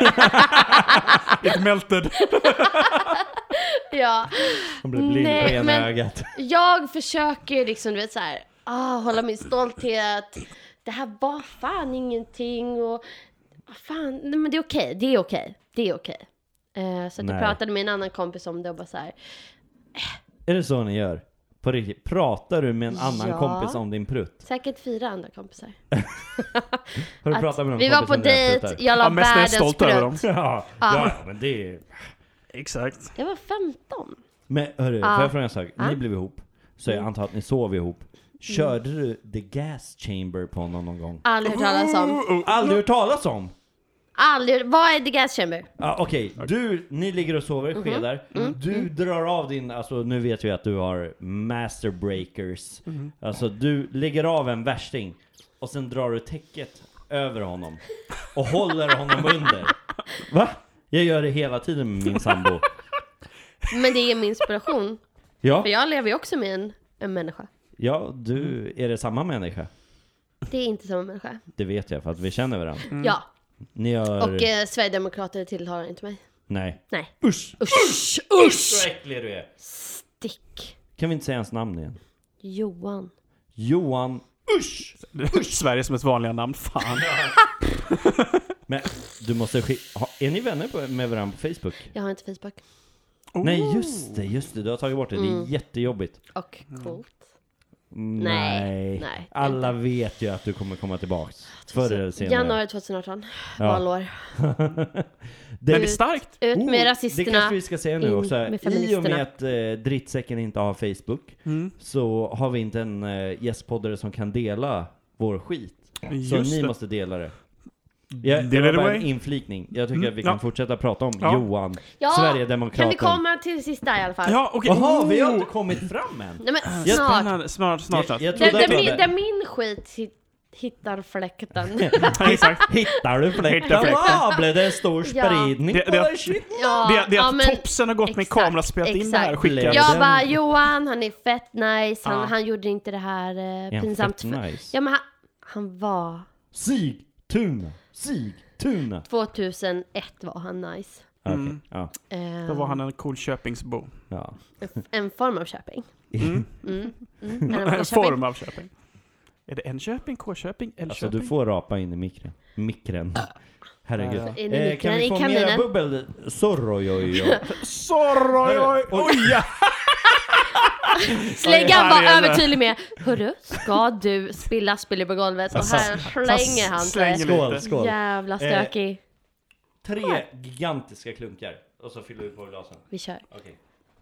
Speaker 1: It melted.
Speaker 4: Ja.
Speaker 5: Han blev blind på ena
Speaker 4: men
Speaker 5: ögat.
Speaker 4: jag försöker liksom, du vet så här, hålla min stolthet. Det här var fan ingenting och fan, nej, men det är okej. Så att jag pratade med en annan kompis om det och bara så här.
Speaker 5: Är det så ni gör? På riktigt? Pratar du med en annan kompis om din prutt?
Speaker 4: Säkert 4 andra kompisar.
Speaker 5: Har du pratat med någon
Speaker 4: vi var
Speaker 5: kompis
Speaker 4: på
Speaker 5: om deras
Speaker 4: dejt,
Speaker 5: pruttar?
Speaker 4: jag la
Speaker 1: mest är jag
Speaker 4: världens
Speaker 1: stolt över dem.
Speaker 4: prutt.
Speaker 5: Ja, men det är...
Speaker 1: Exakt.
Speaker 4: Jag var 15.
Speaker 5: Men hörru, får jag fråga en sak? Ni blev ihop, så jag antar att ni sov ihop. Körde du the gas chamber på honom någon gång?
Speaker 4: Aldrig hört talas om.
Speaker 5: Aldrig hört talas om?
Speaker 4: Vad är the gas chamber?
Speaker 5: Okej, ni ligger och sover, skedar. Du drar av din, alltså nu vet vi att du har master breakers. Alltså du lägger av en värsting och sen drar du täcket över honom och håller honom under. Va? Jag gör det hela tiden med min sambo.
Speaker 4: Men det är min inspiration.
Speaker 5: Ja,
Speaker 4: För jag lever ju också med en människa.
Speaker 5: ja, du, är det samma människa?
Speaker 4: Det är inte samma människa.
Speaker 5: Det vet jag för att vi känner varandra.
Speaker 4: Ja.
Speaker 5: Ni gör...
Speaker 4: Och Sverigedemokrater tillhör inte mig.
Speaker 5: Nej.
Speaker 4: Nej.
Speaker 5: Usch!
Speaker 4: Usch!
Speaker 5: Usch!
Speaker 4: Usch!
Speaker 5: Så äcklig du är.
Speaker 4: Stick.
Speaker 5: Kan vi inte säga hans namn igen?
Speaker 4: Johan.
Speaker 5: Johan. Usch!
Speaker 6: Sveriges mest vanliga namn. Fan.
Speaker 5: Men du måste är ni vänner med varandra på Facebook?
Speaker 4: Jag har inte Facebook.
Speaker 5: Nej, just det. Du har tagit bort det. Det är jättejobbigt.
Speaker 4: Och coolt.
Speaker 5: Nej.
Speaker 4: Nej.
Speaker 5: Alla vet ju att du kommer komma tillbaks. Förr eller senare.
Speaker 4: Januari 2018.
Speaker 5: Ja.
Speaker 4: Valår.
Speaker 6: Det är starkt.
Speaker 4: Ut med
Speaker 5: Det
Speaker 4: rasisterna.
Speaker 5: kanske vi ska säga nu
Speaker 4: in
Speaker 5: också.
Speaker 4: med
Speaker 5: I
Speaker 4: feministerna.
Speaker 5: och med att Drittsäcken inte har Facebook så har vi inte en gästpoddare som kan dela vår skit. Så
Speaker 6: Just
Speaker 5: ni
Speaker 6: det.
Speaker 5: måste dela det. Det var bara en inflikning. Jag tycker att vi kan fortsätta prata om Johan,
Speaker 4: Ja,
Speaker 5: Sverigedemokraten.
Speaker 4: kan vi komma till sista i alla fall?
Speaker 6: Ja, okej.
Speaker 5: Jaha, vi har inte kommit fram än.
Speaker 4: Nej, men snart.
Speaker 6: Snart.
Speaker 5: Jag trodde att
Speaker 4: Där min skit hittar fläkten.
Speaker 6: Exakt.
Speaker 5: Hittar du fläkten?
Speaker 6: Hittar fläkten.
Speaker 5: Ja, blev det stor spridning
Speaker 6: Det-
Speaker 5: på
Speaker 6: det-
Speaker 5: det shit?
Speaker 4: Ja,
Speaker 6: Det är
Speaker 4: ja,
Speaker 6: att
Speaker 4: men
Speaker 6: Topsen har gått med
Speaker 4: exakt,
Speaker 6: kamera och spelat in det här och
Speaker 4: exakt.
Speaker 6: skickat.
Speaker 4: Jag bara, Johan, han är fett nice.
Speaker 6: Ja.
Speaker 4: Han gjorde inte det här
Speaker 5: Ja,
Speaker 4: pinsamt.
Speaker 5: fett nice.
Speaker 4: Ja, men han var...
Speaker 5: Sigtuna.
Speaker 4: 2001 var han nice.
Speaker 5: Okej, ja.
Speaker 6: Då var han en cool Köpingsbo.
Speaker 5: Ja.
Speaker 4: En form av Köping.
Speaker 6: En
Speaker 4: En
Speaker 6: form av Köping. Är det en Köping, K-Köping,
Speaker 5: Alltså
Speaker 6: L-Köping?
Speaker 5: du får rapa in i mikren. Herregud.
Speaker 4: In i mikren,
Speaker 5: Kan vi
Speaker 4: i
Speaker 5: få
Speaker 4: kaminen.
Speaker 5: mera bubbel? Sorrojojoj.
Speaker 6: Oj, ja.
Speaker 4: Släggan var
Speaker 6: Här är det.
Speaker 4: övertydlig med: hörru, ska du spilla på golvet? Och här slänger han sig.
Speaker 6: Slänger.
Speaker 5: Skål.
Speaker 4: Jävla stökig.
Speaker 5: 3 gigantiska klunkar. Och så fyller vi på glasen.
Speaker 4: Vi kör.
Speaker 5: Okej.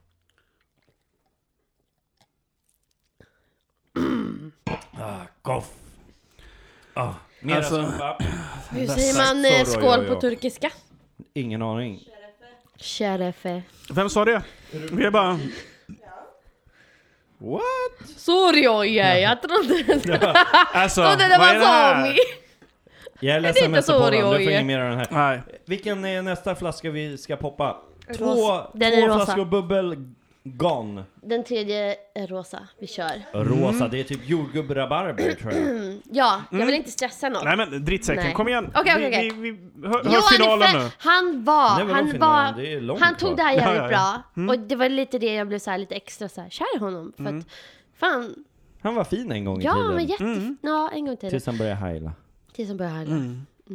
Speaker 5: Goff. Mera
Speaker 6: Alltså-
Speaker 5: skumpa.
Speaker 4: Hur säger man skål på turkiska?
Speaker 5: Ingen aning.
Speaker 4: Sherife.
Speaker 6: Vem sa det? Vi är bara...
Speaker 5: What?
Speaker 4: Sorry, jag trodde
Speaker 6: Alltså,
Speaker 4: det
Speaker 6: vad är
Speaker 4: var
Speaker 6: det här?
Speaker 4: Sami.
Speaker 5: Jag är
Speaker 4: Det är
Speaker 5: ledsen
Speaker 4: inte
Speaker 5: med
Speaker 4: så
Speaker 5: Sopolan, du får
Speaker 4: oj.
Speaker 5: ingen mer av den här.
Speaker 6: Nej.
Speaker 5: Vilken är nästa flaska vi ska poppa? Två
Speaker 4: Den är rosa.
Speaker 5: flaskor bubbel gone.
Speaker 4: Den tredje är rosa. Vi kör.
Speaker 5: Rosa, det är typ jordgubb-rabarber tror jag.
Speaker 4: Ja, jag vill inte stressa något.
Speaker 6: Nej men drittsäcken,
Speaker 4: Nej.
Speaker 6: kom igen.
Speaker 4: Okej.
Speaker 6: Vi hör
Speaker 4: Johan
Speaker 6: finalen
Speaker 4: är
Speaker 6: nu.
Speaker 4: fett. Han var,
Speaker 5: Nej, vadå
Speaker 4: han
Speaker 5: finalen?
Speaker 4: var,
Speaker 5: Det är långt
Speaker 4: han
Speaker 5: kvar.
Speaker 4: tog det här jävligt
Speaker 6: Ja.
Speaker 4: bra. Och det var lite det jag blev så här lite extra så här kär i honom. För att, fan,
Speaker 5: Han var fin en gång i
Speaker 4: ja
Speaker 5: tiden.
Speaker 4: men ja, en gång i tiden.
Speaker 5: Tills han började heila.
Speaker 4: Tills han började heila.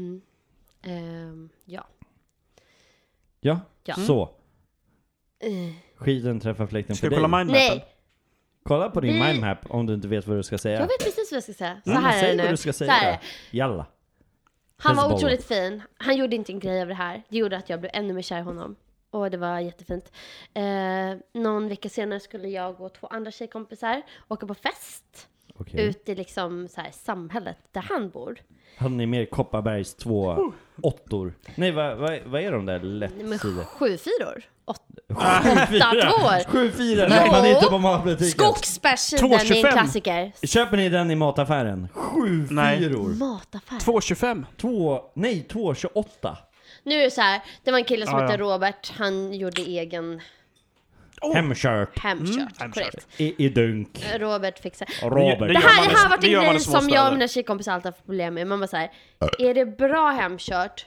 Speaker 4: Ja.
Speaker 5: Ja,
Speaker 4: Ja.
Speaker 5: så.
Speaker 4: Eh,
Speaker 5: Skiten träffar fläkten
Speaker 6: Ska
Speaker 5: för
Speaker 6: vi
Speaker 5: dig.
Speaker 6: kolla mindmappen?
Speaker 4: Nej,
Speaker 5: Kolla på din
Speaker 4: Vi-
Speaker 5: mindmap om du inte vet vad du ska säga.
Speaker 4: jag vet precis vad jag ska säga. Så
Speaker 5: Mm,
Speaker 4: här är
Speaker 5: säg
Speaker 4: det
Speaker 5: vad
Speaker 4: nu.
Speaker 5: du ska
Speaker 4: Så här är
Speaker 5: säga.
Speaker 4: det.
Speaker 5: Jalla.
Speaker 4: Han var
Speaker 5: Hezbollah.
Speaker 4: otroligt fin. Han gjorde inte en grej av det här. Det gjorde att jag blev ännu mer kär i honom. Och det var jättefint. Någon vecka senare skulle jag och 2 andra tjejkompisar åka på fest.
Speaker 5: Okej.
Speaker 4: Ut i liksom så här samhället där han bor.
Speaker 5: Hade ni mer Kopparbergs 2 åttor? Nej, vad är de där
Speaker 4: Med
Speaker 5: lättsidor?
Speaker 4: 7-4. 8-2.
Speaker 5: 7-4 köper man inte på matbutiken.
Speaker 4: Skogsbärssidan är
Speaker 6: 2,25.
Speaker 4: en klassiker.
Speaker 5: Köper ni den i mataffären? 7-4.
Speaker 4: Mataffär.
Speaker 6: 2,25.
Speaker 5: 2,28.
Speaker 4: Nu är det så här. Det var en kille som
Speaker 6: Ja, ja.
Speaker 4: hette Robert. Han gjorde egen
Speaker 5: Hemkört.
Speaker 4: hemkört.
Speaker 6: hemkört.
Speaker 4: Korrekt.
Speaker 5: I dunk.
Speaker 4: Robert fixar.
Speaker 5: Robert.
Speaker 6: Det
Speaker 4: Det
Speaker 6: gör
Speaker 4: här
Speaker 6: man
Speaker 4: har varit
Speaker 6: det
Speaker 4: en
Speaker 6: gör man i
Speaker 4: grej som jag
Speaker 6: småstäder.
Speaker 4: och mina tjejkompisar alltid har haft problem med. Man bara såhär, är det bra hemkört,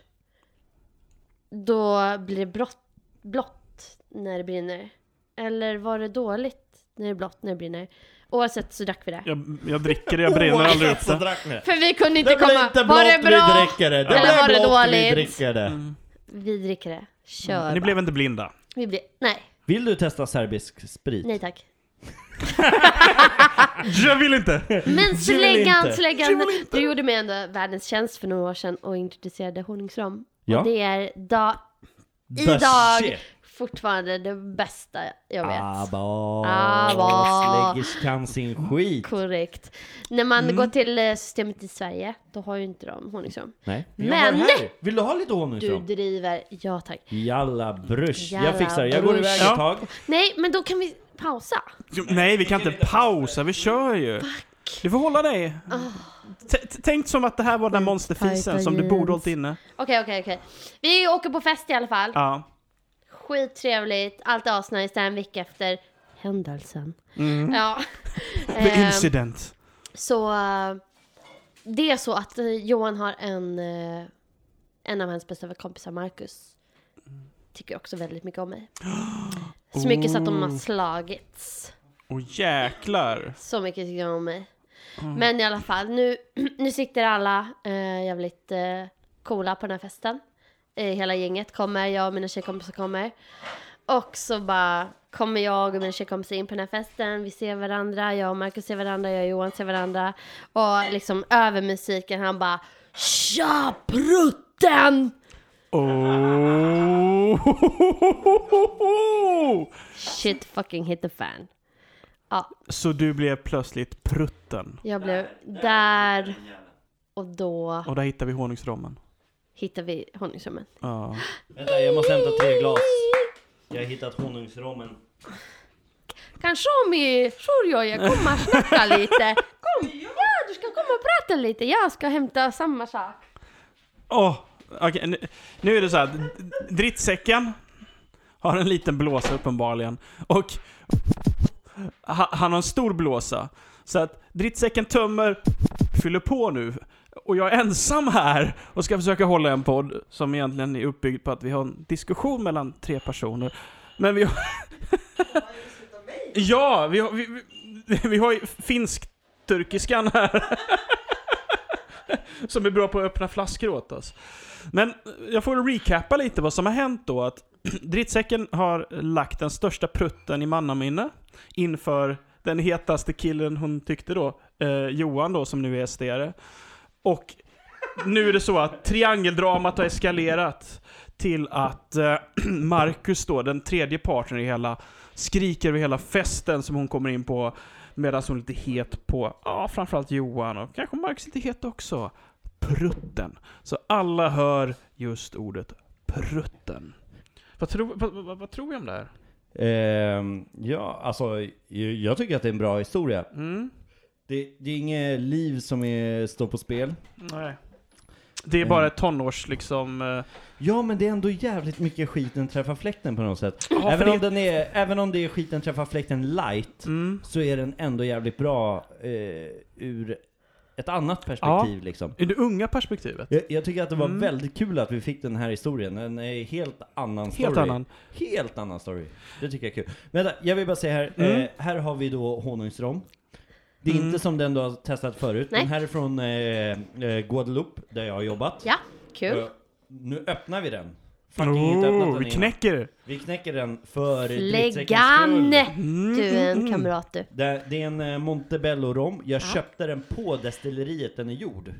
Speaker 4: då blir det blått när det brinner. Eller var det dåligt när det är blått när det brinner? Oavsett så drack vi det.
Speaker 6: Jag dricker det, jag brinner aldrig upp det.
Speaker 4: För vi kunde inte
Speaker 5: Det blir
Speaker 4: komma,
Speaker 5: inte
Speaker 4: var det
Speaker 5: blått, vi
Speaker 4: bra?
Speaker 5: dricker det. Det
Speaker 4: Eller var
Speaker 5: blir
Speaker 4: det
Speaker 5: blått, vi
Speaker 4: dåligt?
Speaker 5: dricker det.
Speaker 4: Vi dricker det. Kör
Speaker 6: Ni
Speaker 4: bara.
Speaker 6: blev inte blinda.
Speaker 4: Vi blev, nej,
Speaker 5: Vill du testa serbisk sprit?
Speaker 4: nej tack.
Speaker 6: Jag vill inte.
Speaker 4: Men släggan,
Speaker 5: inte.
Speaker 4: du gjorde mig ändå världens tjänst för några år sedan och introducerade honungsrom.
Speaker 5: Ja.
Speaker 4: Och det är
Speaker 5: The
Speaker 4: idag
Speaker 5: shit.
Speaker 4: fortfarande det bästa jag vet.
Speaker 5: Släggers kan sin skit.
Speaker 4: Korrekt. När man går till systemet i Sverige, då har ju inte de honungsrom.
Speaker 5: Nej.
Speaker 4: Men-
Speaker 5: Jag har det här. Vill du ha lite
Speaker 4: Du
Speaker 5: honungsrom?
Speaker 4: driver, ja tack.
Speaker 5: Jalla brusch.
Speaker 4: Jalla
Speaker 5: Jag fixar det. Jag går
Speaker 4: brusch.
Speaker 5: iväg
Speaker 6: Ja.
Speaker 5: ett tag.
Speaker 4: Nej, men då kan vi pausa.
Speaker 6: Nej, vi kan inte pausa, vi kör ju. Du får hålla dig. Tänk som att det här var den monsterfisen som du borde hållit inne.
Speaker 4: Okej. Vi åker på fest i alla fall.
Speaker 6: Ja.
Speaker 4: Skittrevligt, allt är asnice, det är en vecka efter händelsen. Ja.
Speaker 6: The incident.
Speaker 4: Så det är så att Johan har en av hans bästa kompisar, Marcus, tycker också väldigt mycket om mig. Så mycket så att de har slagits.
Speaker 6: Jäklar.
Speaker 4: Så mycket tycker de om mig. Men i alla fall, nu sitter alla jävligt coola på den här festen. Hela gänget kommer, jag och mina tjejkompisar kommer. Och så bara kommer jag och mina tjejkompisar in på den här festen. Vi ser varandra, jag och Marcus ser varandra, jag och Johan ser varandra. Och liksom över musiken, han bara "Tja, prutten!" Shit fucking hit the fan. Ja.
Speaker 6: Så du blev plötsligt prutten.
Speaker 4: Jag blev där och då
Speaker 6: Och där hittar vi honungsrommen.
Speaker 4: hittar vi honungsrommen.
Speaker 6: Ja.
Speaker 5: Vänta, jag måste hämta 3 glas. Jag har hittat honungsrommen.
Speaker 4: Kanske om i jag kommer snacka lite. Kom, ja, du ska komma och prata lite. Jag ska hämta samma sak.
Speaker 6: Okej, nu är det så här. Drittsäcken har en liten blåsa uppenbarligen. Och han har en stor blåsa. Så att drittsäcken fyller på nu. Och jag är ensam här och ska försöka hålla en podd som egentligen är uppbyggd på att vi har en diskussion mellan 3 personer. Men vi har... Ja, vi har ju finsk-turkiskan här. Som är bra på att öppna flaskor åt oss. Men jag får recappa lite vad som har hänt då. Att drittsäcken har lagt den största prutten i mannaminne inför den hetaste killen hon tyckte då, Johan då, som nu är SD:are. Och nu är det så att triangeldramat har eskalerat till att Marcus då, den tredje partnern i hela, skriker över hela festen som hon kommer in på, medan hon är lite het på, framförallt Johan och kanske Marcus lite het också, prutten. Så alla hör just ordet prutten. Vad tror vi om det här?
Speaker 5: Ja, alltså jag tycker att det är en bra historia. Det är inget liv som står på spel.
Speaker 6: Nej. Det är bara ett tonårs liksom...
Speaker 5: Ja, men det är ändå jävligt mycket skiten träffar fläkten på något sätt.
Speaker 6: Ja,
Speaker 5: Även om det är skiten träffar fläkten light, så är den ändå jävligt bra ur ett annat perspektiv liksom.
Speaker 6: I det unga perspektivet.
Speaker 5: Jag tycker att det var väldigt kul att vi fick den här historien. En helt annan story. Helt annan story. Det tycker jag är kul. Men jag vill bara säga här, här har vi då honungsrom. Det är inte som den du har testat förut.
Speaker 4: Nej.
Speaker 5: Den här är från Guadeloupe, där jag har jobbat.
Speaker 4: Ja, kul.
Speaker 5: Nu öppnar vi den.
Speaker 6: Vi knäcker.
Speaker 5: Vi knäcker den för
Speaker 4: Läggan! Du är en kamrat du.
Speaker 5: Det är en Montebello-rom. Jag köpte den på destilleriet den är gjord.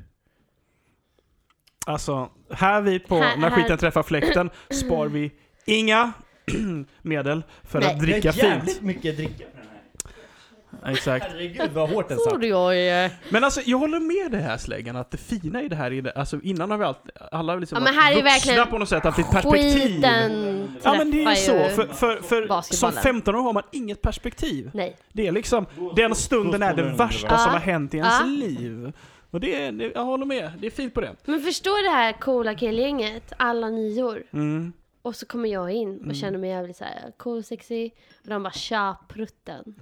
Speaker 6: Alltså, när skiten träffar fläkten spar vi inga medel för att dricka fint.
Speaker 5: Jävligt mycket dricka på den här.
Speaker 6: Exakt.
Speaker 5: Herregud vad hårt den satt.
Speaker 6: Men alltså jag håller med det här Släggan att det fina i det här är det, alltså innan har vi alla liksom
Speaker 4: men här är
Speaker 6: vuxna på något sätt att det är ett perspektiv. Ja men det är så för som 15 år har man inget perspektiv.
Speaker 4: Nej.
Speaker 6: Det är liksom den stunden är det värsta som har hänt i ens liv. Och jag håller med. Det är fint på det.
Speaker 4: Men förstår det här coola killgänget, alla 9 och så kommer jag in och känner mig jävligt så här cool, sexy och de bara "Tja, prutten".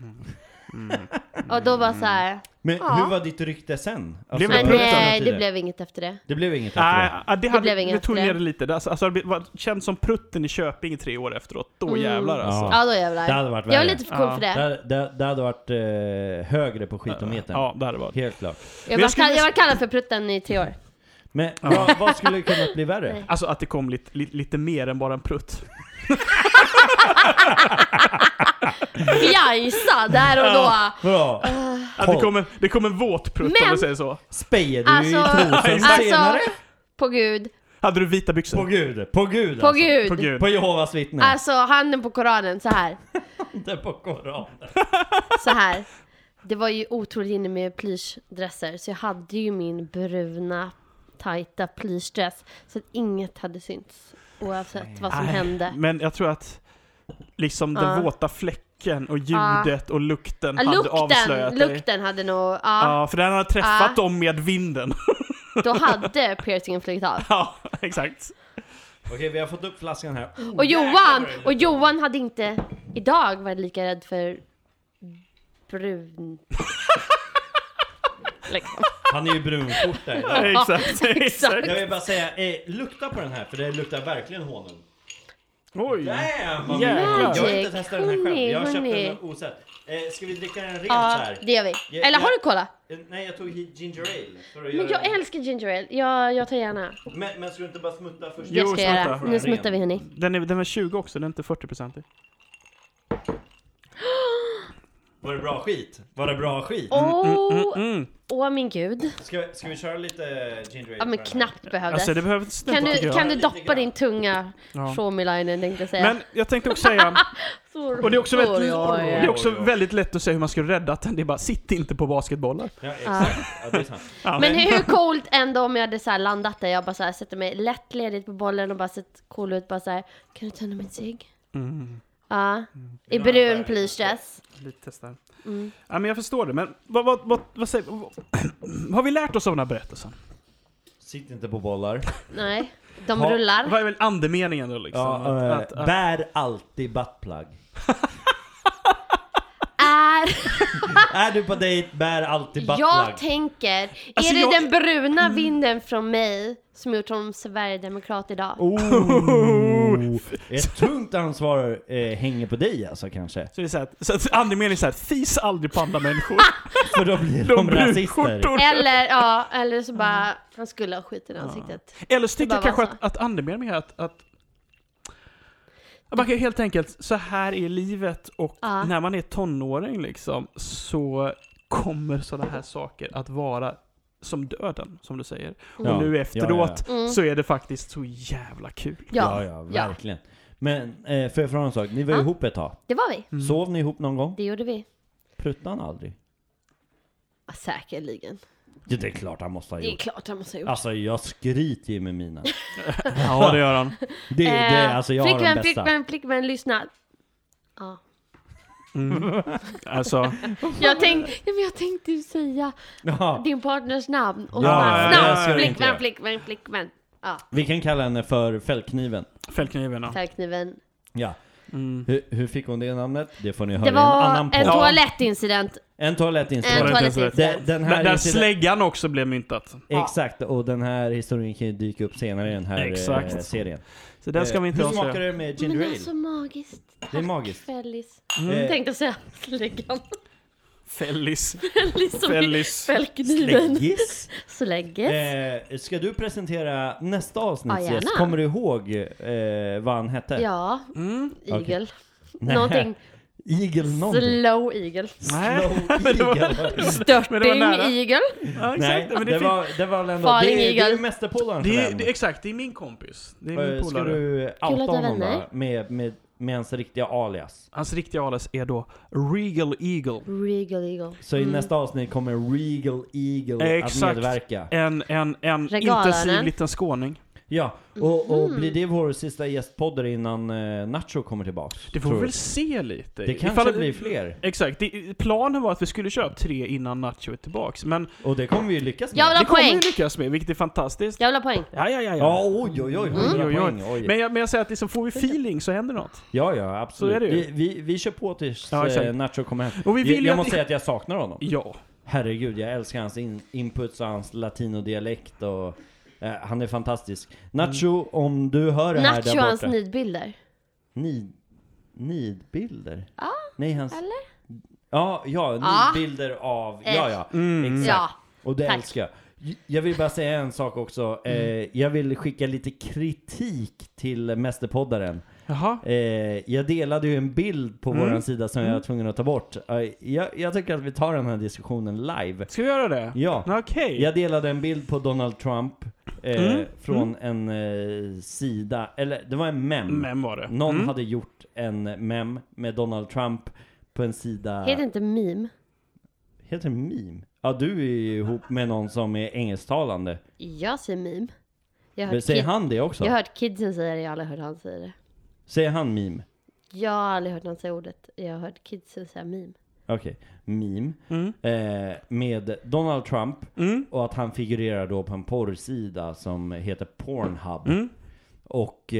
Speaker 4: Och då var så här.
Speaker 5: Men hur var ditt rykte sen? Alltså,
Speaker 4: nej, det blev inget efter det.
Speaker 5: Det blev inget efter det.
Speaker 4: Det blev inget efter
Speaker 6: det. Lite. Alltså det var känt som prutten i Köping i 3 år efteråt. Då jävlar alltså.
Speaker 4: Ja, då jävlar.
Speaker 5: Det hade varit
Speaker 4: jag var lite för cool för det.
Speaker 5: Det hade varit högre på skitometern.
Speaker 6: Ja, det hade varit.
Speaker 5: Helt klart.
Speaker 4: Jag var kallad för prutten i 3 år.
Speaker 5: Men vad skulle kunna bli värre?
Speaker 4: Nej.
Speaker 6: Alltså att det kom lite mer än bara en prutt.
Speaker 4: Fjajsa där och då.
Speaker 5: Bra.
Speaker 6: Att det kom en våt prutt om man säger så.
Speaker 5: Spejer du i trosen senare?
Speaker 4: På Gud.
Speaker 6: Hade du vita byxor?
Speaker 5: På Gud. På Jehovas vittnen.
Speaker 4: Alltså handen på Koranen så här.
Speaker 5: Handen på Koranen.
Speaker 4: Så här. Det var ju otroligt inne med plyschdresser, så jag hade ju min bruna tajta plyschdress så att inget hade synts oavsett vad som hände.
Speaker 6: Men jag tror att liksom den våta fläcken och ljudet och lukten hade avslöjat dig.
Speaker 4: Lukten hade nog...
Speaker 6: Ja, för den hade träffat dem med vinden.
Speaker 4: Då hade piercingen flugit av.
Speaker 6: Ja, exakt.
Speaker 5: Okej, vi har fått upp flaskan här.
Speaker 4: Och Johan hade inte idag varit lika rädd för brun. Liksom.
Speaker 5: Han är ju brunskjorta idag.
Speaker 6: Exakt.
Speaker 5: Jag vill bara säga, lukta på den här, för det luktar verkligen honung.
Speaker 6: Oj.
Speaker 5: Damn, vad
Speaker 6: Jävlar.
Speaker 5: jag har inte testat den här själv. Jag har köpt
Speaker 4: Hörni.
Speaker 5: den osett. Ska vi dricka den rent så
Speaker 4: Ja,
Speaker 5: här?
Speaker 4: det gör vi. Eller har du cola?
Speaker 5: Nej, jag tog ginger ale. För att
Speaker 4: Men
Speaker 5: göra
Speaker 4: jag
Speaker 5: den.
Speaker 4: älskar ginger ale. Jag tar gärna.
Speaker 5: Men ska du inte bara smutta först?
Speaker 4: Det ska jag göra.
Speaker 6: smutta.
Speaker 4: Nu smuttar vi hörni.
Speaker 6: Den är 20 också, den är inte 40%.
Speaker 5: Var det bra skit?
Speaker 4: Åh min gud.
Speaker 5: Ska vi köra lite ginger ale?
Speaker 4: Ja men knappt behövdes.
Speaker 6: Alltså det behöver inte
Speaker 4: Kan du
Speaker 5: Lite
Speaker 4: doppa
Speaker 5: grann.
Speaker 4: din tunga
Speaker 6: Ja.
Speaker 4: Shawmilinen tänkte jag säga.
Speaker 6: Men jag tänkte också säga, och det är också, väldigt,
Speaker 4: ja.
Speaker 6: det är också väldigt lätt att säga hur man ska rädda att det är bara, sitt inte på basketbollar.
Speaker 5: Ja, exakt. Ja, det är sant.
Speaker 6: Ja,
Speaker 4: Men hur coolt ändå om jag hade så här landat där. Jag bara så här sätter mig lättledigt på bollen och bara sett cool ut. Bara så här, kan du tända min cigg? Ja. I brun plyschdress.
Speaker 6: lite testar. Ja, men jag förstår det, men vad säger, vad har vi lärt oss av den här berättelsen?
Speaker 5: Sitt inte på bollar.
Speaker 4: Nej, de
Speaker 5: Ha-
Speaker 4: rullar.
Speaker 6: Vad är väl andemeningen då liksom?
Speaker 5: Ja,
Speaker 6: Att-
Speaker 5: bär alltid buttplug. Är du på dejt, bär alltid buttplug.
Speaker 4: Jag tänker,
Speaker 6: Alltså,
Speaker 4: är det
Speaker 6: jag-
Speaker 4: den bruna vinden från mig som gjort honom Sverigedemokrat idag?
Speaker 5: Ett tungt ansvar hänger på dig alltså kanske.
Speaker 6: Så det är så att andemeningen är så här, fis aldrig på andra människor.
Speaker 5: För då blir de rasister.
Speaker 6: brunskjortor.
Speaker 4: Eller så bara, han skulle ha skit i ansiktet.
Speaker 6: Eller så tycker
Speaker 4: Det
Speaker 6: jag
Speaker 4: bara
Speaker 6: kanske
Speaker 4: var
Speaker 6: att andemeningen är att man kan helt enkelt, så här är livet, och
Speaker 4: Ja.
Speaker 6: när man är tonåring liksom, så kommer sådana här saker att vara som döden, som du säger.
Speaker 5: Ja,
Speaker 6: Och nu efteråt
Speaker 4: ja.
Speaker 6: så är det faktiskt så jävla kul.
Speaker 5: Ja, verkligen. Men för jag fråga en sak, ni var ihop ett tag.
Speaker 4: Det var vi.
Speaker 5: Sov ni ihop någon gång?
Speaker 4: Det gjorde vi.
Speaker 5: Pruttade han aldrig?
Speaker 4: Ja, säkerligen.
Speaker 5: Ja, det är klart han måste ha
Speaker 4: Det är
Speaker 5: gjort.
Speaker 4: klart han måste ha gjort.
Speaker 5: Alltså jag skryter ju med mina.
Speaker 6: Ja, det gör han.
Speaker 5: Det alltså jag har de bästa.
Speaker 4: Flickvän, lyssna. Ja.
Speaker 6: Alltså,
Speaker 4: Jag tänkte ju säga
Speaker 5: Ja,
Speaker 4: din partners namn. Och
Speaker 5: Ja,
Speaker 4: bara
Speaker 5: det ska
Speaker 4: snabbt.
Speaker 5: du inte göra.
Speaker 4: Flickvän. Ja,
Speaker 5: vi kan kalla henne för fällkniven.
Speaker 6: fällkniven.
Speaker 4: färgkniven.
Speaker 5: Ja.
Speaker 6: Mm.
Speaker 5: Hur fick hon det namnet? Det får ni höra
Speaker 4: Det
Speaker 5: i en annan
Speaker 4: var en
Speaker 5: podd.
Speaker 4: toalettincident.
Speaker 5: En toalettincident.
Speaker 4: Toalettincident.
Speaker 5: Den här
Speaker 6: Där
Speaker 5: incident-
Speaker 6: släggan också blev myntat.
Speaker 5: Exakt, och den här historien kan ju dyka upp senare i den här
Speaker 6: Exakt.
Speaker 5: serien.
Speaker 6: Så den ska vi inte
Speaker 5: Hur smakar
Speaker 6: avslöja.
Speaker 5: det med ginger
Speaker 4: Men
Speaker 5: ale?
Speaker 4: alltså magiskt.
Speaker 5: Det är magiskt.
Speaker 4: Fällis.
Speaker 5: Eh,
Speaker 4: Tänkte säga släggan.
Speaker 6: Fällis.
Speaker 4: Fällis.
Speaker 6: Fällis.
Speaker 4: Fällkniven.
Speaker 5: Släggis.
Speaker 4: Slägges.
Speaker 5: Ska du presentera nästa avsnitt?
Speaker 4: Ja, gärna.
Speaker 5: Kommer du ihåg vad han hette?
Speaker 4: Ja, Eagle.
Speaker 5: Nej.
Speaker 4: Någonting.
Speaker 5: Eagle någonting.
Speaker 4: Slow Eagle.
Speaker 6: Nej,
Speaker 5: Slow
Speaker 6: men det var-
Speaker 5: Eagle.
Speaker 4: Störting
Speaker 6: nära.
Speaker 4: Eagle.
Speaker 6: Ja,
Speaker 5: Nej,
Speaker 6: exakt. Men
Speaker 5: det
Speaker 6: fin-
Speaker 5: var ändå...
Speaker 4: Falling
Speaker 5: Det är
Speaker 4: Eagle.
Speaker 5: ju mästerpollaren för
Speaker 6: det är,
Speaker 5: den.
Speaker 6: exakt, det är min kompis. Det är min
Speaker 5: Ska
Speaker 6: polare.
Speaker 5: du outa
Speaker 4: att ha
Speaker 5: honom
Speaker 4: vänner.
Speaker 5: då? Med hans riktiga alias.
Speaker 6: Hans riktiga alias är då Regal Eagle.
Speaker 4: Regal Eagle.
Speaker 5: Så i nästa avsnitt kommer Regal Eagle
Speaker 6: Exakt.
Speaker 5: att medverka.
Speaker 6: En
Speaker 4: Regalaren.
Speaker 6: intensiv liten skåning.
Speaker 5: Ja, och blir det vår sista gästpodder innan Nacho kommer tillbaka?
Speaker 6: Det får vi väl se lite.
Speaker 5: Det kanske blir fler.
Speaker 6: Exakt. Planen var att vi skulle köra 3 innan Nacho är tillbaks. Men
Speaker 5: Och det kommer vi ju lyckas med.
Speaker 4: Jag vill
Speaker 6: det
Speaker 4: ha
Speaker 6: kommer
Speaker 4: poäng.
Speaker 6: vi lyckas med, vilket är fantastiskt.
Speaker 4: Jag vill ha poäng.
Speaker 6: Ja.
Speaker 5: Ja, oj, 100 poäng. Oj.
Speaker 6: Men jag säger att liksom, får vi feeling så händer något.
Speaker 5: Ja, absolut.
Speaker 6: Så är det ju.
Speaker 5: Vi kör på tills
Speaker 6: Ja, exakt.
Speaker 5: Nacho kommer hem.
Speaker 6: Och vi vill ju
Speaker 5: jag
Speaker 6: att
Speaker 5: måste
Speaker 6: ni-
Speaker 5: säga att jag saknar honom.
Speaker 6: Ja.
Speaker 5: Herregud, jag älskar hans inputs och hans latinodialekt och han är fantastisk. Nacho, om du hör det här
Speaker 4: Nacho
Speaker 5: där
Speaker 4: hans
Speaker 5: borta.
Speaker 4: nidbilder.
Speaker 5: Nidbilder?
Speaker 4: Ja,
Speaker 5: Nej, hans...
Speaker 4: eller?
Speaker 5: Ja,
Speaker 4: Ja.
Speaker 5: nidbilder av... Ja, exakt.
Speaker 4: Ja.
Speaker 5: Och det
Speaker 4: Tack.
Speaker 5: älskar jag. Jag vill bara säga en sak också. Jag vill skicka lite kritik till mästerpoddaren.
Speaker 6: Jaha.
Speaker 5: Jag delade ju en bild på våran sida som jag var tvungen att ta bort. Jag tycker att vi tar den här diskussionen live.
Speaker 6: Ska vi göra det?
Speaker 5: Ja.
Speaker 6: Okej.
Speaker 5: Jag delade en bild på Donald Trump från en sida, eller det var en mem.
Speaker 6: Men var det.
Speaker 5: Någon hade gjort en mem med Donald Trump på en sida.
Speaker 4: Heter inte meme?
Speaker 5: Heter det meme? Ja, du är ju ihop med någon som är engelsktalande.
Speaker 4: Jag säger meme. Jag har
Speaker 5: Men
Speaker 4: hört,
Speaker 5: säger han det också?
Speaker 4: jag har hört kidsen säga det, jag har aldrig hört han säga det.
Speaker 5: Säger han meme?
Speaker 4: Jag har aldrig hört han säga ordet. Jag har hört kidsen säga meme.
Speaker 5: Okej, meme. Med Donald Trump. Och att han figurerar då på en porrsida som heter Pornhub. Och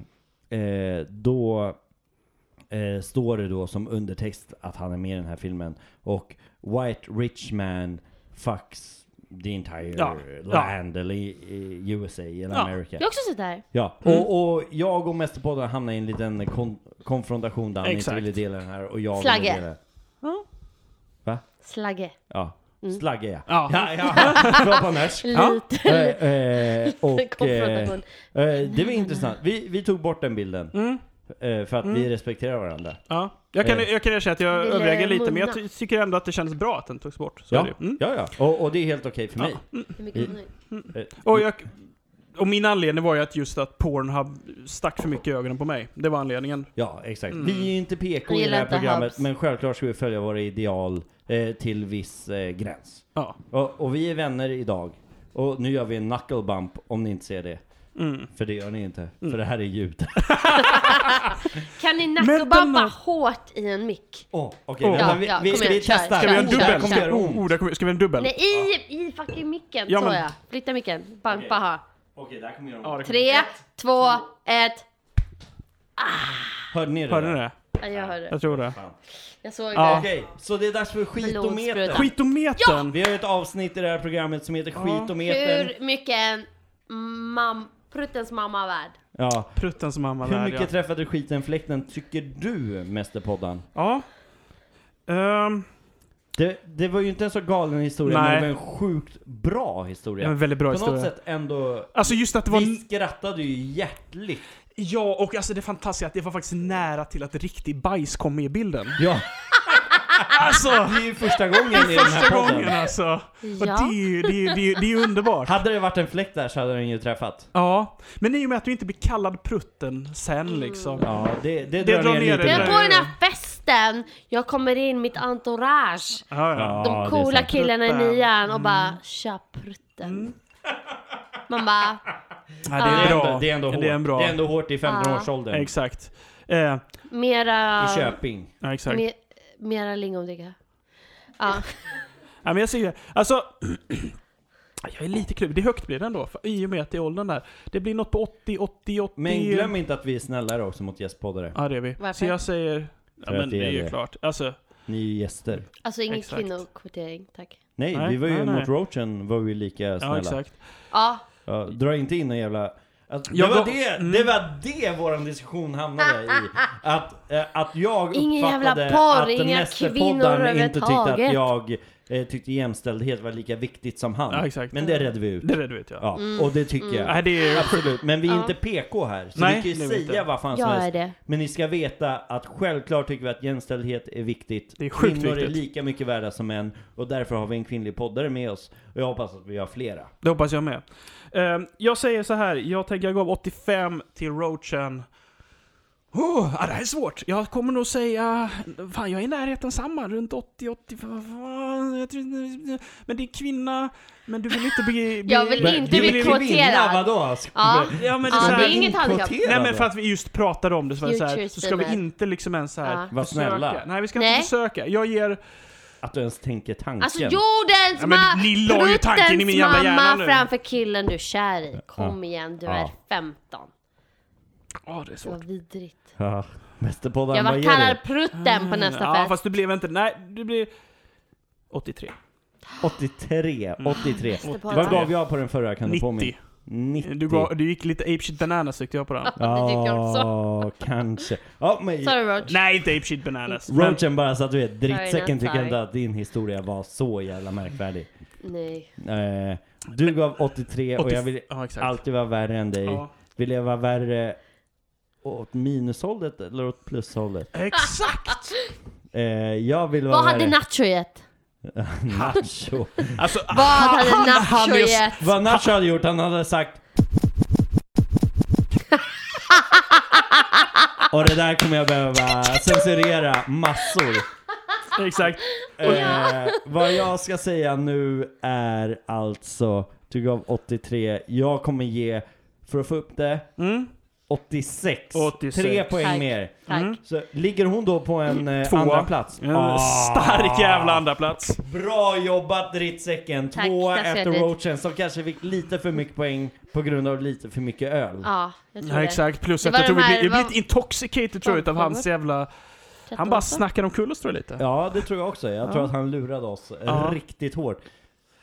Speaker 5: då står det då som undertext att han är med i den här filmen. Och White Rich Man fucks the entire land eller i USA eller Amerika.
Speaker 4: Jag har också sett det här.
Speaker 5: Ja, och jag och Mästerpodden hamnade i en liten konfrontation där han inte ville dela den här och jag
Speaker 4: Slagge.
Speaker 5: ville dela. Va?
Speaker 4: Slagge.
Speaker 5: Ja. Slagge,
Speaker 6: Ja.
Speaker 5: Bra på norsk. Och
Speaker 4: Konfrontation.
Speaker 5: det var intressant. Vi tog bort den bilden. För att vi respekterar varandra.
Speaker 6: Ja. Jag kan erkänna att jag överväger lite, men jag tycker ändå att det känns bra att den togs bort. Så är det.
Speaker 5: Ja. Och det är helt okej för mig.
Speaker 6: Och min anledning var ju att just att Pornhub stack för mycket i ögonen på mig. Det var anledningen.
Speaker 5: Ja, exakt. Vi är ju inte PK i det här programmet, men självklart ska vi följa våra ideal till viss gräns.
Speaker 6: Ja.
Speaker 5: Och vi är vänner idag. Och nu gör vi en knuckle bump om ni inte ser det. För det gör ni inte. För det här är ljud.
Speaker 4: Kan ni nackobampa hårt i en mick?
Speaker 5: Okej, vi testar.
Speaker 6: Ska vi ha en dubbel?
Speaker 5: Ska
Speaker 6: vi ha en dubbel?
Speaker 4: Nej, i fucking micken, så jag. Flytta micken. Bampa ha.
Speaker 5: Okej, där kommer jag.
Speaker 4: 3, 2, 1.
Speaker 5: Hörde ni det?
Speaker 4: Ja, jag hörde.
Speaker 6: Jag tror det.
Speaker 4: Jag såg det.
Speaker 5: Okej, så det är dags för skitometern.
Speaker 6: Skitometern!
Speaker 5: Vi har ett avsnitt i det här programmet som heter skitometern.
Speaker 4: Hur mycket Pruttens mamma värd?
Speaker 5: Ja.
Speaker 6: Pruttens mamma värd.
Speaker 5: Hur mycket träffade skitenfläkten tycker du, Mästerpodden?
Speaker 6: Ja.
Speaker 5: Det var ju inte en så galen historia, men det var en sjukt bra historia.
Speaker 6: En väldigt bra historia.
Speaker 5: På något sätt ändå.
Speaker 6: Alltså just att det var...
Speaker 5: Vi skrattade ju hjärtligt.
Speaker 6: Ja, och alltså det fantastiska att det var faktiskt nära till att riktig bajs kom med i bilden.
Speaker 5: Ja.
Speaker 6: Alltså,
Speaker 5: det är ju första gången i den här podden.
Speaker 6: Alltså. Och
Speaker 4: Ja.
Speaker 6: det är underbart.
Speaker 5: Hade det varit en fläkt där så hade den ju träffat.
Speaker 6: Ja, men i och med att du inte blir kallad prutten sen liksom.
Speaker 5: Ja, det drar ner lite.
Speaker 4: Men på den här festen, jag kommer in mitt entourage.
Speaker 6: Ja.
Speaker 4: De coola killarna i 9 och bara, kör prutten. Man bara...
Speaker 6: Ja, det är bra.
Speaker 5: Det är ändå hårt.
Speaker 6: Det är bra.
Speaker 5: Det är ändå hårt i 15-årsåldern.
Speaker 6: Exakt.
Speaker 4: Mera...
Speaker 5: I Köping.
Speaker 6: Ja, exakt.
Speaker 4: Mera lingondricka. Ja.
Speaker 6: Ja, men jag ser alltså jag är lite klubb. Det är högt blir det ändå i och med att det är åldern där. Det blir något på 80.
Speaker 5: Men glöm inte att vi är snällare också mot gästpoddare.
Speaker 6: Ja, det är vi.
Speaker 4: Varför?
Speaker 6: Så jag säger men det är ju klart. Alltså
Speaker 5: ni är ju gäster.
Speaker 4: Alltså ingen
Speaker 6: Exakt.
Speaker 4: kvinnokvotering, tack.
Speaker 5: Nej, vi var ju mot Roachen var vi lika snälla.
Speaker 6: Ja, exakt.
Speaker 4: Ja.
Speaker 5: Ja, dra inte in en jävla... Alltså,
Speaker 6: det
Speaker 5: var det våran diskussion hamnade i. Att jag
Speaker 4: ingen
Speaker 5: uppfattade
Speaker 4: jävla porr,
Speaker 5: att
Speaker 4: inga
Speaker 5: Mästerpodden
Speaker 4: kvinnor
Speaker 5: inte tyckte att
Speaker 4: överhuvudtaget.
Speaker 5: jag tyckte jämställdhet var lika viktigt som han.
Speaker 6: Ja, exakt.
Speaker 5: Men det redde vi ut.
Speaker 6: Det redde vi ut, ja.
Speaker 5: Ja, och det tycker jag.
Speaker 6: Nej, det är
Speaker 5: absolut. Men vi är inte PK här. Så
Speaker 6: Nej,
Speaker 5: vi kan ju säga
Speaker 6: inte.
Speaker 5: vad fan som
Speaker 4: Jag är
Speaker 5: helst.
Speaker 4: det.
Speaker 5: Men ni ska veta att självklart tycker vi att jämställdhet är viktigt.
Speaker 6: Det är sjukt
Speaker 5: Kvinnor
Speaker 6: viktigt.
Speaker 5: är lika mycket värda som män. Och därför har vi en kvinnlig poddare med oss. Och jag hoppas att vi har flera.
Speaker 6: Det hoppas jag med. Jag säger så här, jag tänker jag gav 85 till Roachen. Det här är svårt. Jag kommer nog säga, fan jag är i närheten samma, runt 80. Men det är kvinna, men du vill inte bli
Speaker 4: Jag vill inte bli kvoterad.
Speaker 5: Vadå?
Speaker 4: Ja,
Speaker 6: ja, men det är,
Speaker 4: ja,
Speaker 6: så
Speaker 4: det
Speaker 6: här,
Speaker 4: är inget handikapp.
Speaker 6: nej, men för att vi just pratade om det så, så, här, så ska vi
Speaker 4: Future
Speaker 6: inte liksom ens så här
Speaker 4: Ja.
Speaker 5: Var snälla.
Speaker 6: Nej, vi ska inte försöka. Jag ger...
Speaker 5: Att du ens tänker tanken.
Speaker 4: Alltså jordens
Speaker 6: Ja, men ni la ju tanken i min jävla hjärna
Speaker 4: mamma
Speaker 6: nu.
Speaker 4: framför killen du är kär i. Kom igen, du är 15.
Speaker 6: Det är
Speaker 4: Det var
Speaker 6: svårt.
Speaker 4: vidrigt.
Speaker 5: Ja, Mästerpodden,
Speaker 4: Jag
Speaker 5: vad
Speaker 4: var
Speaker 5: ger
Speaker 4: kallad
Speaker 5: det?
Speaker 4: prutten på nästa
Speaker 6: Ja,
Speaker 4: fest.
Speaker 6: fast du blev inte... Nej, du blev 83.
Speaker 5: 83.
Speaker 4: Mästerpodden.
Speaker 5: Vad gav jag på den förra? Kan du på mig?
Speaker 6: 90. Du gick lite apeshit bananas tyckte jag på den.
Speaker 4: Det tycker jag också.
Speaker 5: Ja, kanske. Ja, men
Speaker 4: Sorry Roach.
Speaker 6: Nej, inte apeshit bananas.
Speaker 5: Roachen bara så att du vet, drittsäcken
Speaker 4: not
Speaker 5: tycker
Speaker 4: sorry.
Speaker 5: inte att din historia var så jävla märkvärdig.
Speaker 4: Nej.
Speaker 5: Du gav 83 och jag vill
Speaker 6: Ja, exakt.
Speaker 5: alltid vara värre än dig.
Speaker 6: Ja.
Speaker 5: Vill jag vara värre åt minushållet eller åt plushållet?
Speaker 6: Exakt!
Speaker 5: Jag vill vara
Speaker 4: Vad hade
Speaker 5: värre.
Speaker 4: Nacho gett?
Speaker 5: Nacho.
Speaker 6: Alltså,
Speaker 4: Vad hade Nacho gett?
Speaker 5: Vad Nacho hade gjort, han hade sagt och det där kommer jag behöva censurera massor.
Speaker 6: Exakt.
Speaker 5: Vad jag ska säga nu är alltså, du gav 83, jag kommer ge, för att få upp det, 86. 3 poäng
Speaker 4: Tack.
Speaker 5: mer.
Speaker 4: Tack.
Speaker 5: Så ligger hon då på en
Speaker 6: Tvåa.
Speaker 5: andra plats.
Speaker 6: Stark jävla andra plats.
Speaker 5: Bra jobbat drittsäcken.
Speaker 4: Tack,
Speaker 5: 2
Speaker 4: tack så
Speaker 5: efter
Speaker 4: hjärtligt.
Speaker 5: Roachen som kanske fick lite för mycket poäng på grund av lite för mycket öl.
Speaker 4: Ja, jag tror
Speaker 6: Ja,
Speaker 4: det.
Speaker 6: exakt. Plus
Speaker 4: Det
Speaker 6: att
Speaker 4: var
Speaker 6: jag tror
Speaker 4: de
Speaker 6: vi
Speaker 4: här-
Speaker 6: blir
Speaker 4: vad-
Speaker 6: lite intoxicated tror jag utav hans jävla... Han bara snackar om kull oss tror jag lite.
Speaker 5: Ja, det tror jag också. Jag tror att han lurade oss riktigt hårt.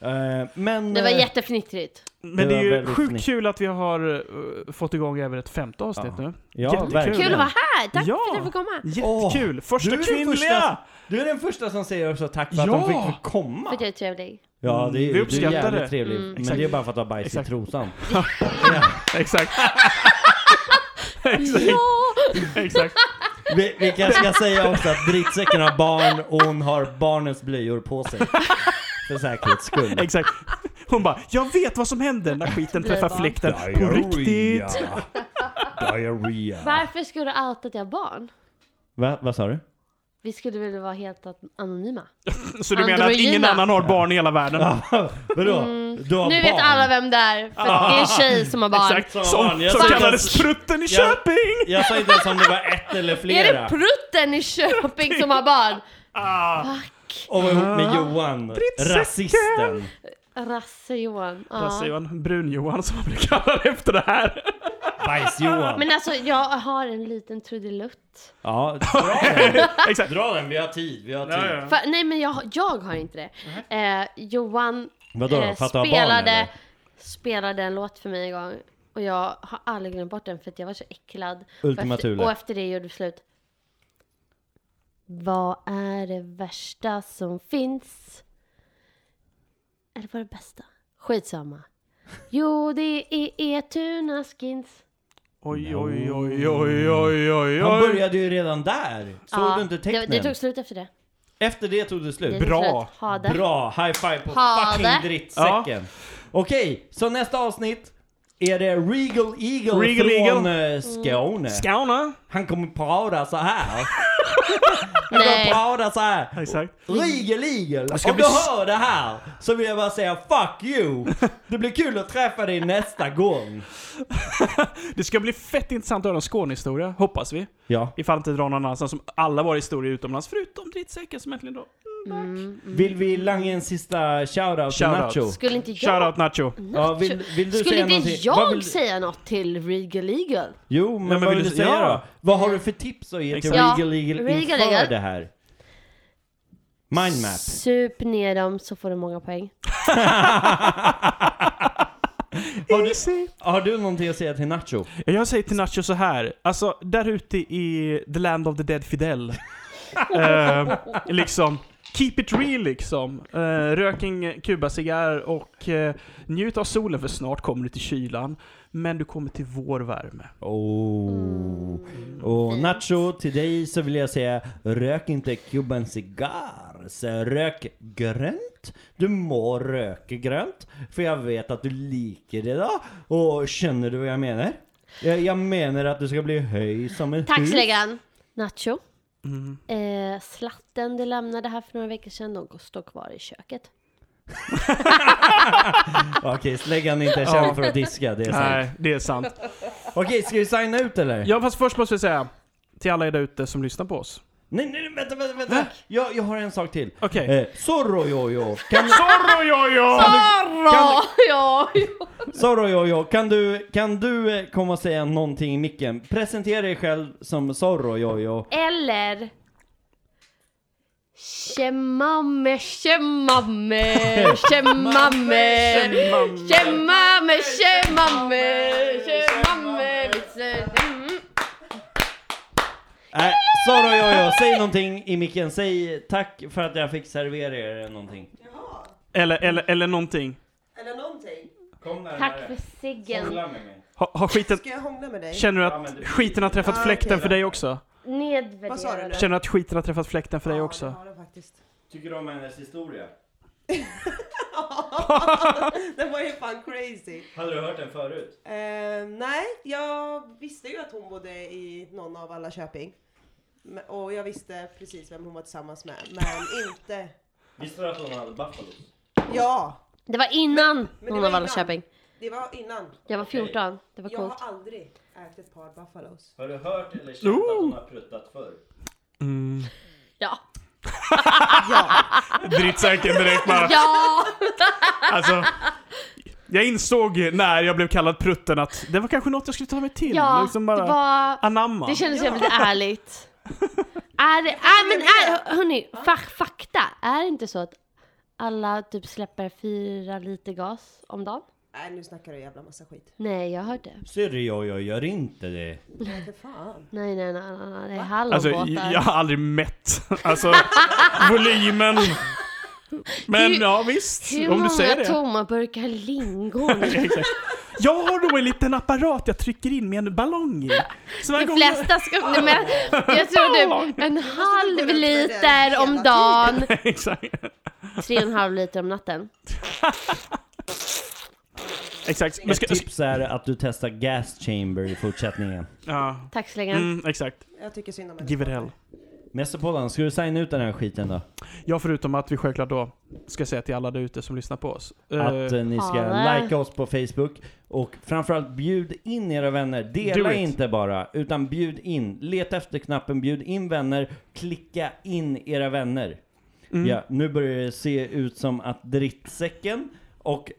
Speaker 5: Men
Speaker 4: Det var jättefnittrigt.
Speaker 1: Men det är
Speaker 5: var
Speaker 1: ju
Speaker 5: väldigt
Speaker 1: sjukt
Speaker 5: snyggt.
Speaker 1: kul att vi har fått igång även ett 5:e avsnitt nu.
Speaker 5: Ja,
Speaker 1: Jättekul.
Speaker 5: verkligen.
Speaker 4: Kul att vara här! Tack
Speaker 1: Ja.
Speaker 4: för att du fick komma.
Speaker 1: Jättekul! Första
Speaker 5: Du är den
Speaker 1: kvinnliga!
Speaker 5: Du är den första som säger också tack för att
Speaker 1: Ja.
Speaker 5: de fick komma.
Speaker 4: För att jag är trevlig.
Speaker 5: Ja, det är,
Speaker 1: Vi uppskattar
Speaker 5: du är jävligt
Speaker 1: det.
Speaker 5: trevlig. Men
Speaker 1: Exakt.
Speaker 5: det är bara för att du har bajs
Speaker 1: Exakt.
Speaker 5: i trosan.
Speaker 1: Exakt. Exakt. Exakt.
Speaker 5: Vi kanske ska säga också att drittsäcken har barn och hon har barnens blöjor på sig. För säkerhets skull.
Speaker 1: Exakt. Hon bara, jag vet vad som händer när skiten träffar
Speaker 4: Blöjbarn.
Speaker 1: fläkten. På riktigt.
Speaker 5: Diarrhea.
Speaker 4: Varför skulle du outa att jag har barn?
Speaker 5: Vad sa du?
Speaker 4: Vi skulle väl vara helt anonyma.
Speaker 1: Så du menar att ingen
Speaker 4: Androgyna.
Speaker 1: annan har barn i hela världen?
Speaker 5: Vadå? Du har
Speaker 4: Nu
Speaker 5: barn.
Speaker 4: vet alla vem det är. För att det är en tjej som har barn.
Speaker 1: Exakt.
Speaker 5: Som
Speaker 1: Som,
Speaker 5: barn. Jag
Speaker 1: som
Speaker 5: sa
Speaker 1: kallades
Speaker 5: inte-
Speaker 1: Prutten i Köping!
Speaker 5: Jag sa inte ens om det var ett eller
Speaker 4: Är
Speaker 5: flera.
Speaker 4: det Prutten i Köping som har barn?
Speaker 1: Fuck.
Speaker 5: Och var ihop med Johan,
Speaker 1: Drittsäcken.
Speaker 5: rasisten.
Speaker 4: Rasse-Johan. Ja.
Speaker 1: Rasse-Johan, Brun-Johan som man blir kallad efter det här.
Speaker 5: Bajs-Johan.
Speaker 4: Men alltså, jag har en liten trudelutt.
Speaker 5: Ja, dra den.
Speaker 1: Exakt.
Speaker 5: Dra den, vi har tid. Vi har tid.
Speaker 1: Ja, ja.
Speaker 4: Nej, men jag har inte det. Johan
Speaker 5: Vadå då? För att du har barn eller?
Speaker 4: spelade en låt för mig en gång. Och jag har aldrig glömt bort den för att jag var så äcklad.
Speaker 5: Ultima Thule.
Speaker 4: Och efter det gjorde vi slut. Vad är det värsta som finns? Eller vad är det bästa? Skitsamma. Jo, det är Etuna-skins.
Speaker 1: Oj, oj, oj, oj, oj, oj,
Speaker 5: Han
Speaker 1: oj.
Speaker 5: började ju redan där. Såg du inte tecknen?
Speaker 4: det tog slut efter det.
Speaker 5: Efter det tog det slut.
Speaker 4: Det tog
Speaker 1: Bra.
Speaker 4: slut. Ha det.
Speaker 5: Bra, high five på
Speaker 4: Ha
Speaker 5: fucking
Speaker 4: det.
Speaker 5: drittsäcken. Okej, så nästa avsnitt är det Regal Eagle
Speaker 1: Regal
Speaker 5: från Skåne.
Speaker 1: Skåne.
Speaker 5: Han kommer prata så här. Han kommer
Speaker 4: Nej.
Speaker 5: prata så här.
Speaker 1: Exakt.
Speaker 5: Regal Eagle,
Speaker 1: ska
Speaker 5: om
Speaker 1: bli
Speaker 5: du hör det här så vill jag bara säga fuck you. Det blir kul att träffa dig nästa gång.
Speaker 1: Det ska bli fett intressant att höra en Skånehistoria, hoppas vi.
Speaker 5: Ja.
Speaker 1: Ifall inte drar någon annan som alla var historier utomlands, förutom drittsäcken som äntligen då.
Speaker 5: Vill vi langa en sista shoutout till
Speaker 1: Shoutout.
Speaker 5: Nacho?
Speaker 4: Skulle inte jag...
Speaker 1: Shoutout Nacho.
Speaker 5: Ja, vill du
Speaker 4: Skulle
Speaker 5: säga
Speaker 4: inte
Speaker 5: någonting? Vad
Speaker 4: jag
Speaker 5: vill...
Speaker 4: säga något till Regal Eagle?
Speaker 5: Jo, men
Speaker 1: men
Speaker 5: vad
Speaker 1: vill
Speaker 5: vill
Speaker 1: du
Speaker 5: du säga
Speaker 1: säga
Speaker 5: då?
Speaker 1: då?
Speaker 5: Vad har du för tips att ge till
Speaker 1: Exakt.
Speaker 5: Regal Eagle
Speaker 4: Regal
Speaker 5: inför
Speaker 4: Eagle.
Speaker 5: det här? Mindmap.
Speaker 4: Sup ner dem så får du många poäng.
Speaker 5: Har du någonting att säga till Nacho?
Speaker 1: Jag säger till Nacho så här. Alltså, där ute i the land of the dead Fidel. Liksom, keep it real liksom. Rök en Cuba-cigarr och njut av solen för snart kommer du till kylan. Men du kommer till vår värme.
Speaker 5: Och Nacho, till dig så vill jag säga, rök inte Cuban cigarr, så rök grönt. Du må röka grönt, för jag vet att du liker det då. Och känner du vad jag menar? Jag menar att du ska bli höj som en
Speaker 4: Tack
Speaker 5: hus.
Speaker 4: släggan. Nacho.
Speaker 1: Mm.
Speaker 4: Slatten du lämnade här för några veckor sedan, de står kvar i köket.
Speaker 5: Okej, släggan är inte känd för att diska, det är sant.
Speaker 1: Nej, det är sant.
Speaker 5: Okej, ska vi signa ut eller?
Speaker 1: Ja, fast först måste jag säga till alla er där ute som lyssnar på oss.
Speaker 5: Nej, vänta. Jag har en sak till.
Speaker 1: Okej.
Speaker 5: Sorrojojo. Kan Sorrojojo, kan du komma och säga någonting i micken? Presentera dig själv som Sorrojojo.
Speaker 4: Eller Tjemamme, tjemamme, tjemamme, tjemamme, tjemamme, tjemamme.
Speaker 5: Sorrojojo, säg någonting i micken. Säg tack för att jag fick servera er någonting.
Speaker 1: Eller någonting.
Speaker 7: Eller någonting.
Speaker 5: Kom närmare.
Speaker 4: Tack för ciggen.
Speaker 5: Hångla med mig.
Speaker 1: Har skiten...
Speaker 7: Ska jag hångla med dig?
Speaker 1: Känner du att skiten har träffat fläkten
Speaker 7: okej
Speaker 1: för
Speaker 7: då.
Speaker 1: dig också?
Speaker 7: Vad sa du?
Speaker 4: Nedvärderade.
Speaker 1: Känner du att skiten har träffat fläkten för dig
Speaker 7: Ja,
Speaker 1: också?
Speaker 7: det har den faktiskt.
Speaker 5: Tycker du om hennes historia?
Speaker 7: Den var ju fan crazy.
Speaker 5: Hade du hört den förut?
Speaker 7: Nej, jag visste ju att hon bodde i någon av alla Köping. Och jag visste precis vem hon var tillsammans med. Men inte...
Speaker 5: Visste du att hon hade buffalos?
Speaker 7: Ja,
Speaker 4: Det var innan
Speaker 7: det
Speaker 4: någon
Speaker 7: var
Speaker 4: av alla
Speaker 7: innan.
Speaker 4: Köping.
Speaker 7: det var innan.
Speaker 4: Jag var 14. Det var
Speaker 7: Jag
Speaker 4: coolt.
Speaker 7: har aldrig ätit ett par buffalos.
Speaker 5: Har du hört eller känt att hon har pruttat förr?
Speaker 1: Mm.
Speaker 4: Ja.
Speaker 1: Drittsäcken direkt bara.
Speaker 4: Ja!
Speaker 1: Alltså, jag insåg när jag blev kallad prutten att det var kanske något jag skulle ta mig till.
Speaker 4: Ja,
Speaker 1: liksom
Speaker 4: det
Speaker 1: bara
Speaker 4: var...
Speaker 1: anamma.
Speaker 4: Det kändes jävligt ärligt. Hörni, fakta. Är det inte så alla typ släpper 4 liter gas om dagen.
Speaker 7: Nej, nu snackar du jävla massa skit.
Speaker 4: Nej, jag hörde.
Speaker 5: Syrre, jag gör inte det.
Speaker 7: Nej, för fan.
Speaker 4: Nej, det är
Speaker 6: Alltså,
Speaker 4: hallonbåtar.
Speaker 6: jag har aldrig mätt. Alltså, volymen. Men ja, visst.
Speaker 4: Hur
Speaker 6: Om du säger
Speaker 4: många
Speaker 6: det.
Speaker 4: tomma burkar lingon?
Speaker 6: Exakt. Jag har då en liten apparat jag trycker in med en ballong i. Så varje
Speaker 4: De
Speaker 6: gång
Speaker 4: flesta ska... Nej, men jag tror typ en halv liter om dagen.
Speaker 6: Exakt.
Speaker 4: 3,5 liter om natten.
Speaker 6: Exakt. Men
Speaker 5: Ett tips är att du testar gas chamber i fortsättningen.
Speaker 6: Ja.
Speaker 4: Tack så länge.
Speaker 6: Exakt.
Speaker 7: Jag tycker synd om henne.
Speaker 6: Give it hell.
Speaker 5: Mästerpodden, ska du signa ut den här skiten då?
Speaker 6: Ja, förutom att vi självklart då ska säga till alla där ute som lyssnar på oss.
Speaker 5: Att ni ska
Speaker 4: Ja.
Speaker 5: likea oss på Facebook och framförallt bjud in era vänner. Dela inte bara, utan bjud in. Leta efter knappen, bjud in vänner, klicka in era vänner. Ja, nu börjar det se ut som att drittsäcken och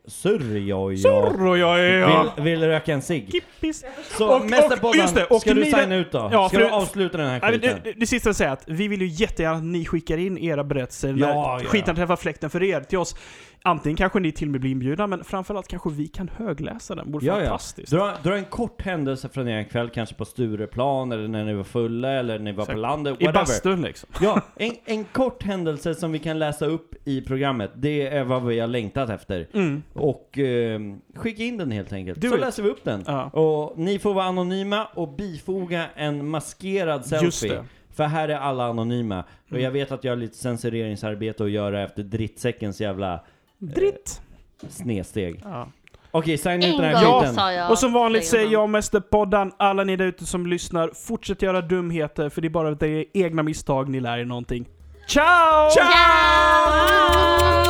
Speaker 5: Syrre vill röka en cigg.
Speaker 6: Kippis.
Speaker 5: Så Mästerpodden,
Speaker 6: just det, och
Speaker 5: ska du
Speaker 6: ni
Speaker 5: signa ut då?
Speaker 6: Ja,
Speaker 5: ska du avsluta den här skiten?
Speaker 6: Det sista jag säger är att vi vill ju jättegärna att ni skickar in era berättelser när skiten träffar fläkten för er till oss. Antingen kanske ni till och med blir inbjudna, men framförallt kanske vi kan högläsa den. Vore fantastiskt.
Speaker 5: Dra en kort händelse från er kväll, kanske på Stureplan, eller när ni var fulla, eller när ni var på landet,
Speaker 6: I
Speaker 5: whatever.
Speaker 6: bastun liksom.
Speaker 5: Ja, en kort händelse som vi kan läsa upp i programmet. Det är vad vi har längtat efter. Och skicka in den helt enkelt. Så läser vi upp den.
Speaker 6: Ja.
Speaker 5: Och ni får vara anonyma och bifoga en maskerad selfie.
Speaker 6: Just det.
Speaker 5: För här är alla anonyma. Och jag vet att jag har lite censureringsarbete att göra efter drittsäckens jävla snedsteg.
Speaker 6: Ja.
Speaker 5: Okej, signa ut den
Speaker 4: En
Speaker 5: här
Speaker 4: gång
Speaker 5: skiten.
Speaker 4: sa jag.
Speaker 6: Och som vanligt säger jag, Mästerpodden, alla ni där ute som lyssnar, fortsätt göra dumheter, för det är bara det egna misstag ni lär er någonting. Ciao!
Speaker 4: Ciao!